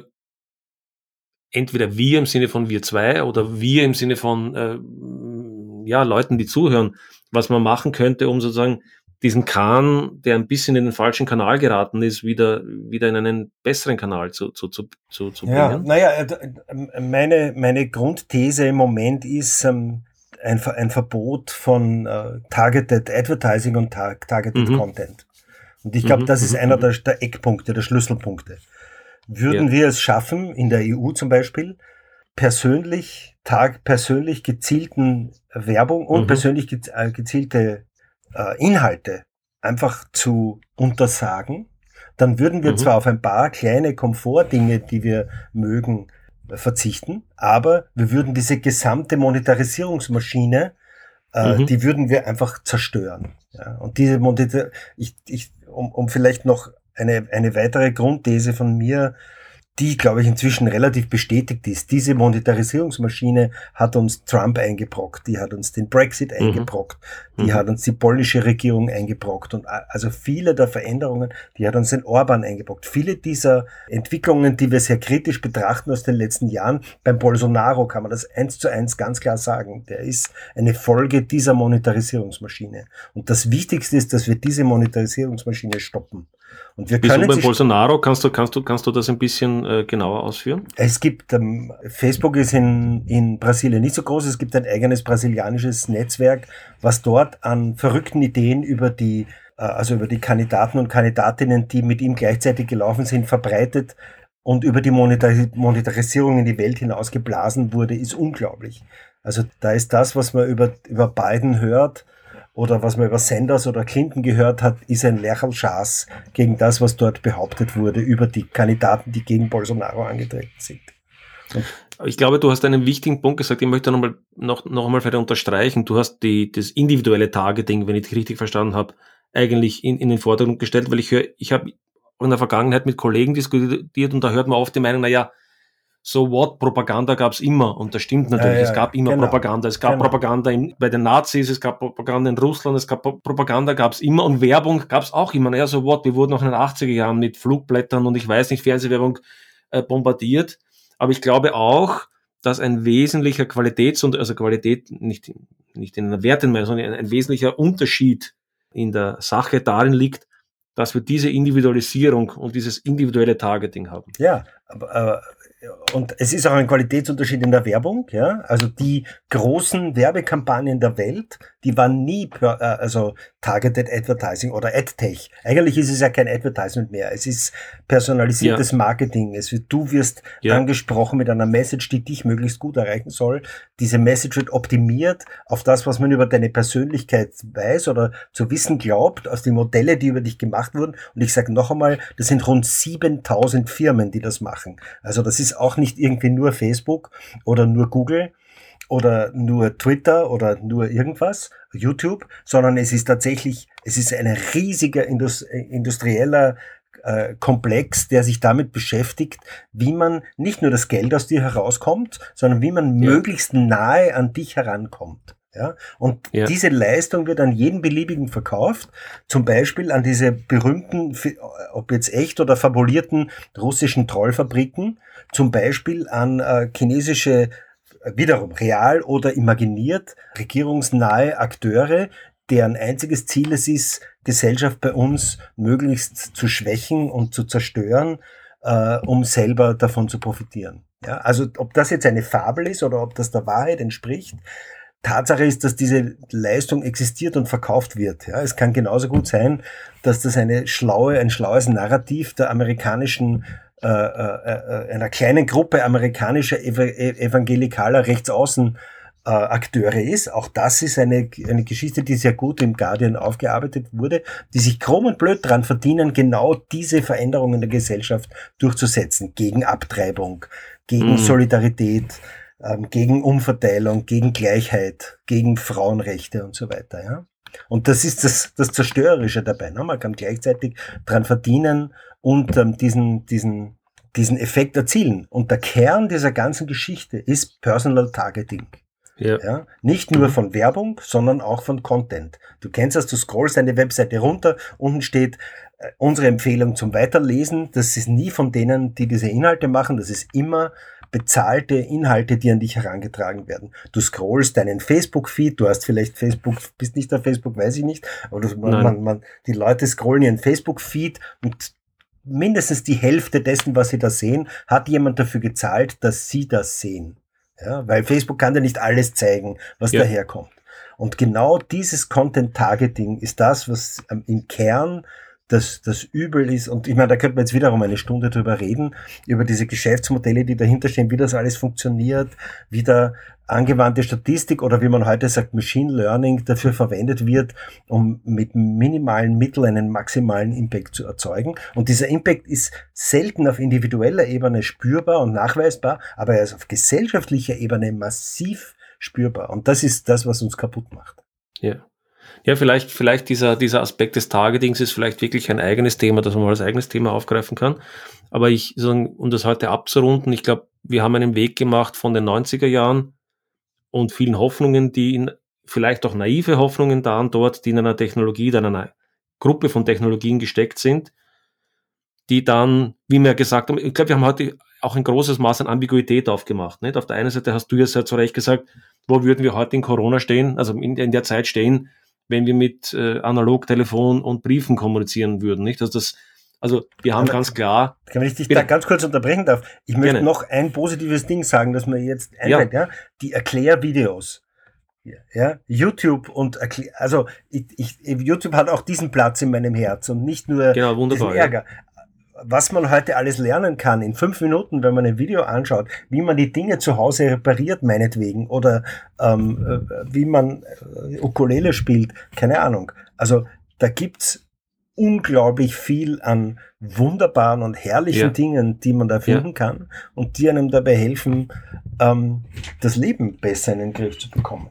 entweder wir im Sinne von wir zwei oder wir im Sinne von äh, ja, Leuten, die zuhören, was man machen könnte, um sozusagen diesen Kahn, der ein bisschen in den falschen Kanal geraten ist, wieder, wieder in einen besseren Kanal zu, zu, zu, zu, zu bringen? Ja, naja, meine, meine Grundthese im Moment ist, ähm, Ein, ein Verbot von äh, Targeted Advertising und tar- Targeted mhm. Content. Und ich glaube, mhm. das ist mhm. einer der, der Eckpunkte, der Schlüsselpunkte. Würden ja. wir es schaffen, in der E U zum Beispiel, persönlich, tag, persönlich gezielten Werbung und mhm. persönlich ge- äh, gezielte äh, Inhalte einfach zu untersagen, dann würden wir mhm. zwar auf ein paar kleine Komfortdinge, die wir mögen, verzichten, aber wir würden diese gesamte Monetarisierungsmaschine, äh, mhm. die würden wir einfach zerstören. Ja, und diese Monetar- ich, ich, um, um vielleicht noch eine, eine weitere Grundthese von mir, die, glaube ich, inzwischen relativ bestätigt ist. Diese Monetarisierungsmaschine hat uns Trump eingebrockt, die hat uns den Brexit mhm. eingebrockt, die mhm. hat uns die polnische Regierung eingebrockt, und also viele der Veränderungen, die hat uns den Orban eingebrockt. Viele dieser Entwicklungen, die wir sehr kritisch betrachten aus den letzten Jahren, beim Bolsonaro kann man das eins zu eins ganz klar sagen, der ist eine Folge dieser Monetarisierungsmaschine. Und das Wichtigste ist, dass wir diese Monetarisierungsmaschine stoppen. Und wir Wieso können beim Bolsonaro? Kannst du, kannst du, kannst du das ein bisschen äh, genauer ausführen? Es gibt, ähm, Facebook ist in, in Brasilien nicht so groß, es gibt ein eigenes brasilianisches Netzwerk, was dort an verrückten Ideen über die also über die Kandidaten und Kandidatinnen, die mit ihm gleichzeitig gelaufen sind, verbreitet und über die Monetar- Monetarisierung in die Welt hinaus geblasen wurde, ist unglaublich. Also da ist das, was man über, über Biden hört oder was man über Sanders oder Clinton gehört hat, ist ein Lächelschatz gegen das, was dort behauptet wurde über die Kandidaten, die gegen Bolsonaro angetreten sind. Und ich glaube, du hast einen wichtigen Punkt gesagt, ich möchte noch mal, noch, noch einmal vielleicht unterstreichen. Du hast die, das individuelle Targeting, wenn ich dich richtig verstanden habe, eigentlich in, in den Vordergrund gestellt, weil ich höre, ich habe in der Vergangenheit mit Kollegen diskutiert und da hört man oft die Meinung, naja, so what, Propaganda gab es immer und das stimmt natürlich, ja, ja, es gab immer genau, Propaganda, es gab genau. Propaganda in, bei den Nazis, es gab Propaganda in Russland, es gab Propaganda, gab es immer und Werbung gab es auch immer, naja, so what, wir wurden auch in den achtziger Jahren mit Flugblättern und ich weiß nicht, Fernsehwerbung äh, bombardiert, aber ich glaube auch, dass ein wesentlicher Qualitäts- und also Qualität nicht, nicht in einer Wertung, sondern ein, ein wesentlicher Unterschied in der Sache darin liegt, dass wir diese Individualisierung und dieses individuelle Targeting haben. Ja, aber, aber und es ist auch ein Qualitätsunterschied in der Werbung, ja. Also die großen Werbekampagnen der Welt, die waren nie per, also Targeted Advertising oder AdTech. Eigentlich ist es ja kein Advertisement mehr. Es ist personalisiertes ja. Marketing. Es wird, du wirst ja. angesprochen mit einer Message, die dich möglichst gut erreichen soll. Diese Message wird optimiert auf das, was man über deine Persönlichkeit weiß oder zu wissen glaubt, aus den Modellen, die über dich gemacht wurden. Und ich sage noch einmal, das sind rund siebentausend Firmen, die das machen. Also das ist auch nicht irgendwie nur Facebook oder nur Google oder nur Twitter oder nur irgendwas, YouTube, sondern es ist tatsächlich, es ist ein riesiger Indus- industrieller äh, Komplex, der sich damit beschäftigt, wie man nicht nur das Geld aus dir herauskommt, sondern wie man ja. möglichst nahe an dich herankommt. Ja, und ja. diese Leistung wird an jeden beliebigen verkauft, zum Beispiel an diese berühmten, ob jetzt echt oder fabulierten russischen Trollfabriken, zum Beispiel an äh, chinesische, wiederum real oder imaginiert, regierungsnahe Akteure, deren einziges Ziel es ist, Gesellschaft bei uns möglichst zu schwächen und zu zerstören, äh, um selber davon zu profitieren. Ja, also ob das jetzt eine Fabel ist oder ob das der Wahrheit entspricht, Tatsache ist, dass diese Leistung existiert und verkauft wird. Ja, es kann genauso gut sein, dass das eine schlaue, ein schlaues Narrativ der amerikanischen, äh, äh, einer kleinen Gruppe amerikanischer ev- evangelikaler Rechtsaußen äh, Akteure ist. Auch das ist eine, eine Geschichte, die sehr gut im Guardian aufgearbeitet wurde, die sich krumm und blöd dran verdienen, genau diese Veränderungen in der Gesellschaft durchzusetzen. Gegen Abtreibung, gegen mhm. Solidarität, gegen Umverteilung, gegen Gleichheit, gegen Frauenrechte und so weiter. Ja? Und das ist das, das Zerstörerische dabei. Ne? Man kann gleichzeitig dran verdienen und ähm, diesen, diesen, diesen Effekt erzielen. Und der Kern dieser ganzen Geschichte ist Personal Targeting. Ja. Ja? Nicht nur von Werbung, sondern auch von Content. Du kennst das, du scrollst eine Webseite runter, unten steht äh, unsere Empfehlung zum Weiterlesen. Das ist nie von denen, die diese Inhalte machen, das ist immer bezahlte Inhalte, die an dich herangetragen werden. Du scrollst deinen Facebook-Feed, du hast vielleicht Facebook, bist nicht auf Facebook, weiß ich nicht, aber du, man, man, man, die Leute scrollen ihren Facebook-Feed und mindestens die Hälfte dessen, was sie da sehen, hat jemand dafür gezahlt, dass sie das sehen. Ja, weil Facebook kann dir nicht alles zeigen, was ja. daherkommt. Und genau dieses Content-Targeting ist das, was ähm, im Kern das, das Übel ist. Und ich meine, da könnte man jetzt wiederum eine Stunde drüber reden, über diese Geschäftsmodelle, die dahinter stehen, wie das alles funktioniert, wie da angewandte Statistik oder wie man heute sagt, Machine Learning dafür verwendet wird, um mit minimalen Mitteln einen maximalen Impact zu erzeugen. Und dieser Impact ist selten auf individueller Ebene spürbar und nachweisbar, aber er ist auf gesellschaftlicher Ebene massiv spürbar. Und das ist das, was uns kaputt macht. Ja. Ja, vielleicht, vielleicht dieser, dieser Aspekt des Targetings ist vielleicht wirklich ein eigenes Thema, das man mal als eigenes Thema aufgreifen kann. Aber ich, um das heute abzurunden, ich glaube, wir haben einen Weg gemacht von den neunziger Jahren und vielen Hoffnungen, die in, vielleicht auch naive Hoffnungen da und dort, die in einer Technologie, in einer Gruppe von Technologien gesteckt sind, die dann, wie wir gesagt haben, ich glaube, wir haben heute auch ein großes Maß an Ambiguität aufgemacht. Nicht? Auf der einen Seite hast du ja sehr zu Recht gesagt, wo würden wir heute in Corona stehen, also in, in der Zeit stehen, wenn wir mit äh, Analogtelefon und Briefen kommunizieren würden, nicht? Also das, also wir haben Aber ganz klar. Wenn ich dich bitte. da ganz kurz unterbrechen darf, ich möchte Gerne. noch ein positives Ding sagen, das mir jetzt einfällt, ja. ja, die Erklärvideos. Ja, YouTube und also ich, ich, YouTube hat auch diesen Platz in meinem Herz und nicht nur genau, wunderbar, diesen Ärger. Ja. Was man heute alles lernen kann in fünf Minuten, wenn man ein Video anschaut, wie man die Dinge zu Hause repariert, meinetwegen, oder ähm, wie man äh, Ukulele spielt, keine Ahnung. Also da gibt's unglaublich viel an wunderbaren und herrlichen ja. Dingen, die man da finden ja. kann und die einem dabei helfen, ähm, das Leben besser in den Griff zu bekommen.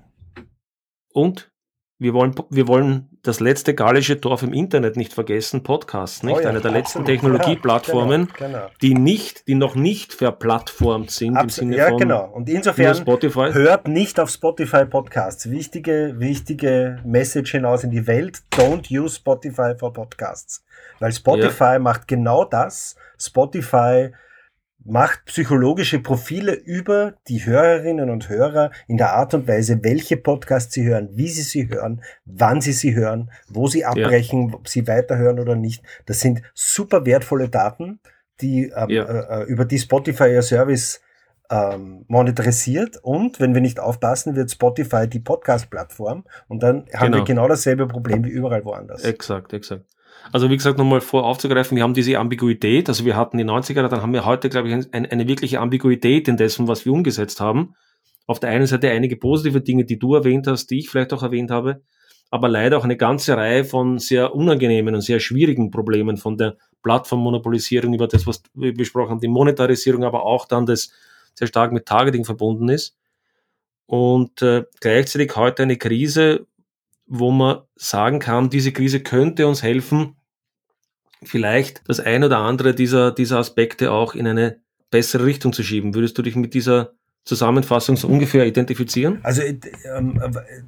Und wir wollen, wir wollen das letzte gallische Dorf im Internet nicht vergessen, Podcasts, nicht? Oh ja, eine der letzten absolut. Technologieplattformen, ja, genau, genau. die nicht, die noch nicht verplattformt sind Abs- im Sinne ja, von genau. Und insofern Spotify. Hört nicht auf Spotify Podcasts. Wichtige, wichtige Message hinaus in die Welt. Don't use Spotify for Podcasts. Weil Spotify ja. macht genau das. Spotify macht psychologische Profile über die Hörerinnen und Hörer in der Art und Weise, welche Podcasts sie hören, wie sie sie hören, wann sie sie hören, wo sie abbrechen, ja. ob sie weiterhören oder nicht. Das sind super wertvolle Daten, die ähm, ja. äh, über die Spotify ihr Service ähm, monetarisiert, und wenn wir nicht aufpassen, wird Spotify die Podcast-Plattform, und dann haben genau. wir genau dasselbe Problem wie überall woanders. Exakt, exakt. Also wie gesagt, nochmal vor aufzugreifen, wir haben diese Ambiguität, also wir hatten die neunziger, dann haben wir heute, glaube ich, ein, eine wirkliche Ambiguität in dessen, was wir umgesetzt haben. Auf der einen Seite einige positive Dinge, die du erwähnt hast, die ich vielleicht auch erwähnt habe, aber leider auch eine ganze Reihe von sehr unangenehmen und sehr schwierigen Problemen, von der Plattformmonopolisierung über das, was wir besprochen haben, die Monetarisierung, aber auch dann das sehr stark mit Targeting verbunden ist. Und äh, gleichzeitig heute eine Krise, wo man sagen kann, diese Krise könnte uns helfen, vielleicht das ein oder andere dieser, dieser Aspekte auch in eine bessere Richtung zu schieben. Würdest du dich mit dieser Zusammenfassung so ungefähr identifizieren? Also ähm,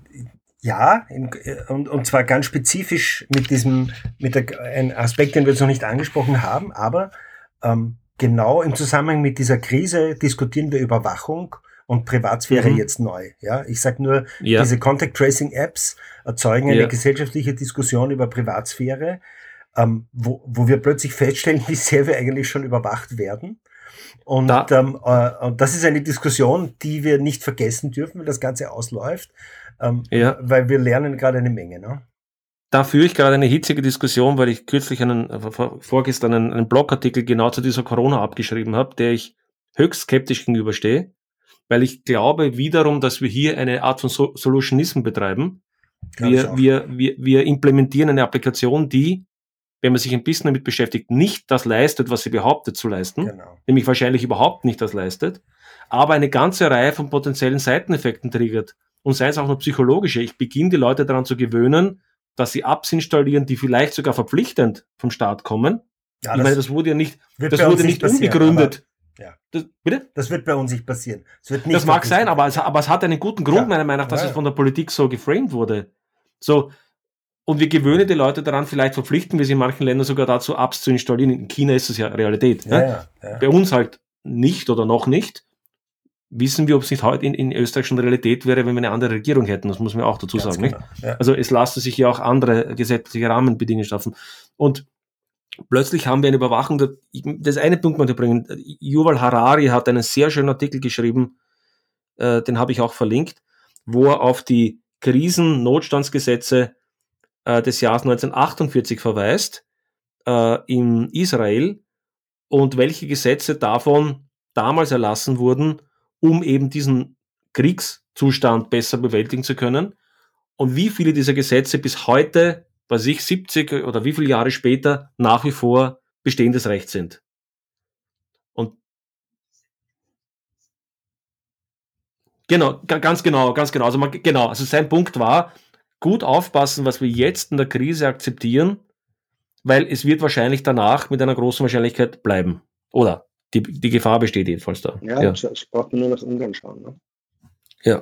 ja, und, und zwar ganz spezifisch mit diesem, mit der, ein Aspekt, den wir jetzt noch nicht angesprochen haben, aber ähm, genau im Zusammenhang mit dieser Krise diskutieren wir Überwachung und Privatsphäre mhm. jetzt neu. Ja, ich sage nur, ja. diese Contact Tracing Apps erzeugen eine ja. gesellschaftliche Diskussion über Privatsphäre, ähm, wo, wo wir plötzlich feststellen, wie sehr wir eigentlich schon überwacht werden. Und, da. ähm, äh, und das ist eine Diskussion, die wir nicht vergessen dürfen, wenn das Ganze ausläuft, ähm, ja. weil wir lernen gerade eine Menge. Ne? Da führe ich gerade eine hitzige Diskussion, weil ich kürzlich einen, vorgestern einen, einen Blogartikel genau zu dieser Corona abgeschrieben habe, der ich höchst skeptisch gegenüberstehe, weil ich glaube wiederum, dass wir hier eine Art von so- Solutionism betreiben. Wir, wir, wir, wir implementieren eine Applikation, die, wenn man sich ein bisschen damit beschäftigt, nicht das leistet, was sie behauptet zu leisten, genau. nämlich wahrscheinlich überhaupt nicht das leistet, aber eine ganze Reihe von potenziellen Seiteneffekten triggert. Und seien es auch nur psychologische. Ich beginne die Leute daran zu gewöhnen, dass sie Apps installieren, die vielleicht sogar verpflichtend vom Staat kommen. Ja, ich das meine, das wurde ja nicht, das wurde nicht unbegründet. Ja. Das, bitte? Das wird bei uns nicht passieren. Das, wird nicht das mag sein, aber es, aber es hat einen guten Grund, ja. meiner Meinung nach, dass ja. es von der Politik so geframed wurde. So. Und wir gewöhnen die Leute daran, vielleicht verpflichten wir sie in manchen Ländern sogar dazu, Apps zu installieren. In China ist es ja Realität. Ja, ja? Ja, ja. Bei uns halt nicht oder noch nicht. Wissen wir, ob es nicht heute in, in Österreich schon Realität wäre, wenn wir eine andere Regierung hätten. Das muss man auch dazu Ganz sagen. Genau. Nicht? Ja. Also es lassen sich ja auch andere gesetzliche Rahmenbedingungen schaffen. Und plötzlich haben wir eine Überwachung. Das eine Punkt möchte ich bringen. Yuval Harari hat einen sehr schönen Artikel geschrieben, äh, den habe ich auch verlinkt, wo er auf die Krisen-Notstandsgesetze äh, des Jahres neunzehnhundertachtundvierzig verweist äh, in Israel und welche Gesetze davon damals erlassen wurden, um eben diesen Kriegszustand besser bewältigen zu können und wie viele dieser Gesetze bis heute, weiß ich, siebzig oder wie viele Jahre später nach wie vor bestehendes Recht sind. Und genau, ganz genau, ganz genau. Also man, genau, also sein Punkt war, gut aufpassen, was wir jetzt in der Krise akzeptieren, weil es wird wahrscheinlich danach mit einer großen Wahrscheinlichkeit bleiben. Oder die, die Gefahr besteht jedenfalls da. Ja, ja. Ich brauche nur nach Ungarn schauen. Ne? Ja.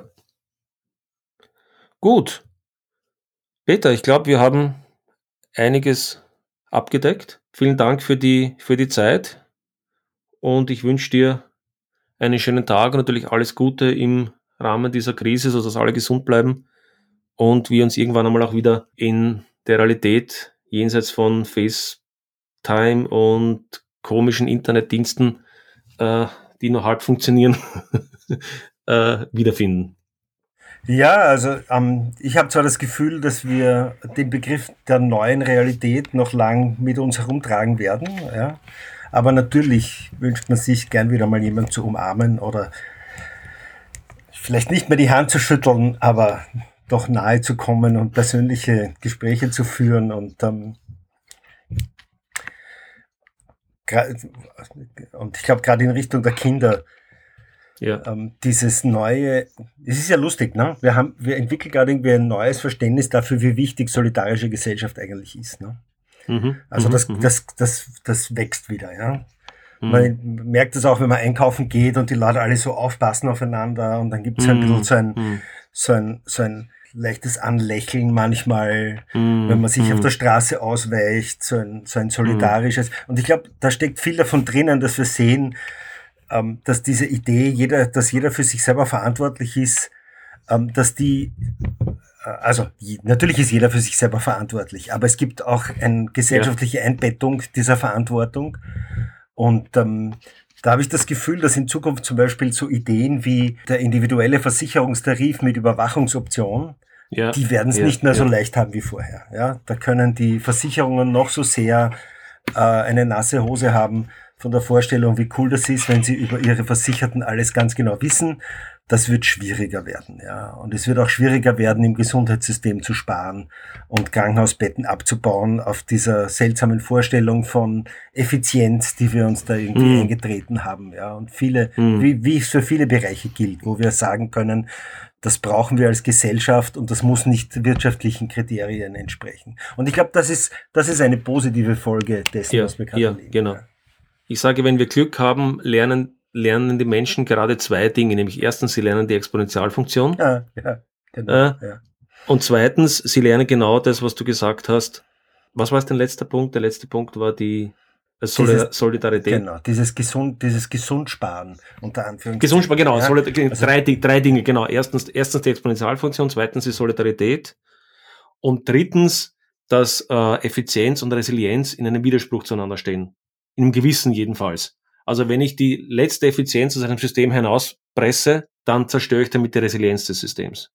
Gut. Peter, ich glaube, wir haben einiges abgedeckt. Vielen Dank für die, für die Zeit und ich wünsche dir einen schönen Tag und natürlich alles Gute im Rahmen dieser Krise, sodass alle gesund bleiben und wir uns irgendwann einmal auch wieder in der Realität jenseits von FaceTime und komischen Internetdiensten, äh, die nur halb funktionieren, äh, wiederfinden. Ja, also ähm, ich habe zwar das Gefühl, dass wir den Begriff der neuen Realität noch lang mit uns herumtragen werden, ja. Aber natürlich wünscht man sich gern wieder mal jemanden zu umarmen oder vielleicht nicht mehr die Hand zu schütteln, aber doch nahe zu kommen und persönliche Gespräche zu führen und ähm, und ich glaube gerade in Richtung der Kinder. Ja. Ähm, dieses neue, es ist ja lustig, ne? Wir haben, wir entwickeln gerade irgendwie ein neues Verständnis dafür, wie wichtig solidarische Gesellschaft eigentlich ist, ne? Mhm. Also das, mhm. das, das, das wächst wieder, ja. Mhm. Man merkt es auch, wenn man einkaufen geht und die Leute alle so aufpassen aufeinander und dann gibt es mhm. ein bisschen so ein, mhm. so ein, so ein leichtes Anlächeln manchmal, mhm. wenn man sich mhm. auf der Straße ausweicht, so ein, so ein solidarisches. Mhm. Und ich glaube, da steckt viel davon drinnen, dass wir sehen, dass diese Idee, jeder, dass jeder für sich selber verantwortlich ist, dass die, also natürlich ist jeder für sich selber verantwortlich, aber es gibt auch eine gesellschaftliche Einbettung dieser Verantwortung. Und ähm, da habe ich das Gefühl, dass in Zukunft zum Beispiel so Ideen wie der individuelle Versicherungstarif mit Überwachungsoption, ja. die werden es ja, nicht mehr ja. so leicht haben wie vorher. Ja, da können die Versicherungen noch so sehr äh, eine nasse Hose haben von der Vorstellung, wie cool das ist, wenn sie über ihre Versicherten alles ganz genau wissen. Das wird schwieriger werden, ja. Und es wird auch schwieriger werden, im Gesundheitssystem zu sparen und Krankenhausbetten abzubauen auf dieser seltsamen Vorstellung von Effizienz, die wir uns da irgendwie mm. eingetreten haben, ja. Und viele, mm. wie, wie es für viele Bereiche gilt, wo wir sagen können, das brauchen wir als Gesellschaft und das muss nicht wirtschaftlichen Kriterien entsprechen. Und ich glaube, das ist, das ist eine positive Folge dessen, ja, was wir gerade ja, erleben. Genau. Ja. Ich sage, wenn wir Glück haben, lernen, lernen die Menschen gerade zwei Dinge, nämlich erstens, sie lernen die Exponentialfunktion. Ja, ja, genau, äh, ja. Und zweitens, sie lernen genau das, was du gesagt hast. Was war es denn letzter Punkt? Der letzte Punkt war die Solidar- dieses, Solidarität. Genau, dieses gesund, dieses Gesundsparen, unter Anführungszeichen. Gesundsparen, genau, ja, Solidar- also drei, drei Dinge, genau. Erstens, erstens die Exponentialfunktion, zweitens die Solidarität und drittens, dass äh, Effizienz und Resilienz in einem Widerspruch zueinander stehen. In einem Gewissen jedenfalls. Also wenn ich die letzte Effizienz aus einem System hinauspresse, dann zerstöre ich damit die Resilienz des Systems.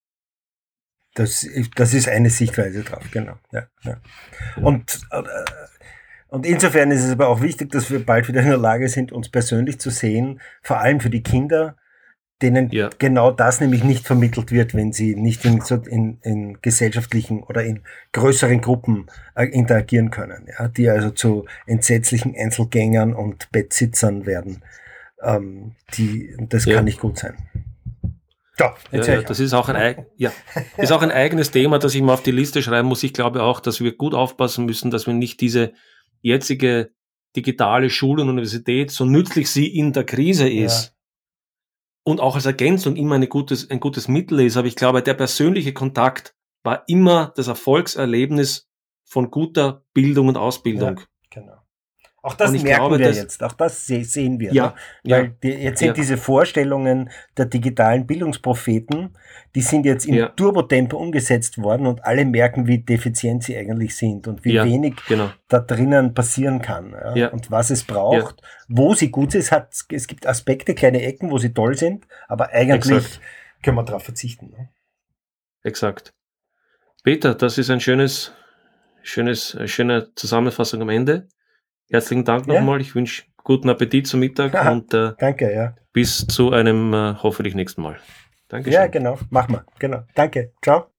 Das, das ist eine Sichtweise drauf, genau. Ja, ja. Und, äh, und insofern ist es aber auch wichtig, dass wir bald wieder in der Lage sind, uns persönlich zu sehen, vor allem für die Kinder, denen ja. genau das nämlich nicht vermittelt wird, wenn sie nicht in, in, in gesellschaftlichen oder in größeren Gruppen äh, interagieren können, ja, die also zu entsetzlichen Einzelgängern und Bettsitzern werden. Ähm, die, das ja. kann nicht gut sein. So, ja, ja, das ist auch ein, ja, ist auch ein eigenes Thema, das ich mal auf die Liste schreiben muss. Ich glaube auch, dass wir gut aufpassen müssen, dass wir nicht diese jetzige digitale Schule und Universität, so nützlich sie in der Krise ist, ja. und auch als Ergänzung immer ein gutes, ein gutes Mittel ist. Aber ich glaube, der persönliche Kontakt war immer das Erfolgserlebnis von guter Bildung und Ausbildung. Ja, genau. Auch das merken glaube, wir dass, jetzt, auch das sehen wir. Ja, ne? Weil ja, die, jetzt sind ja. diese Vorstellungen der digitalen Bildungspropheten, die sind jetzt im ja. Turbotempo umgesetzt worden und alle merken, wie defizient sie eigentlich sind und wie ja, wenig genau. da drinnen passieren kann. Ja? Ja. Und was es braucht, ja. wo sie gut ist, hat, es gibt Aspekte, kleine Ecken, wo sie toll sind, aber eigentlich Exakt. können wir darauf verzichten. Ne? Exakt. Peter, das ist ein schönes, schönes, schöne Zusammenfassung am Ende. Herzlichen Dank nochmal. Ja. Ich wünsche guten Appetit zum Mittag ja, und äh, danke, ja. bis zu einem äh, hoffentlich nächsten Mal. Dankeschön. Ja, genau. Machen wir. Genau. Danke. Ciao.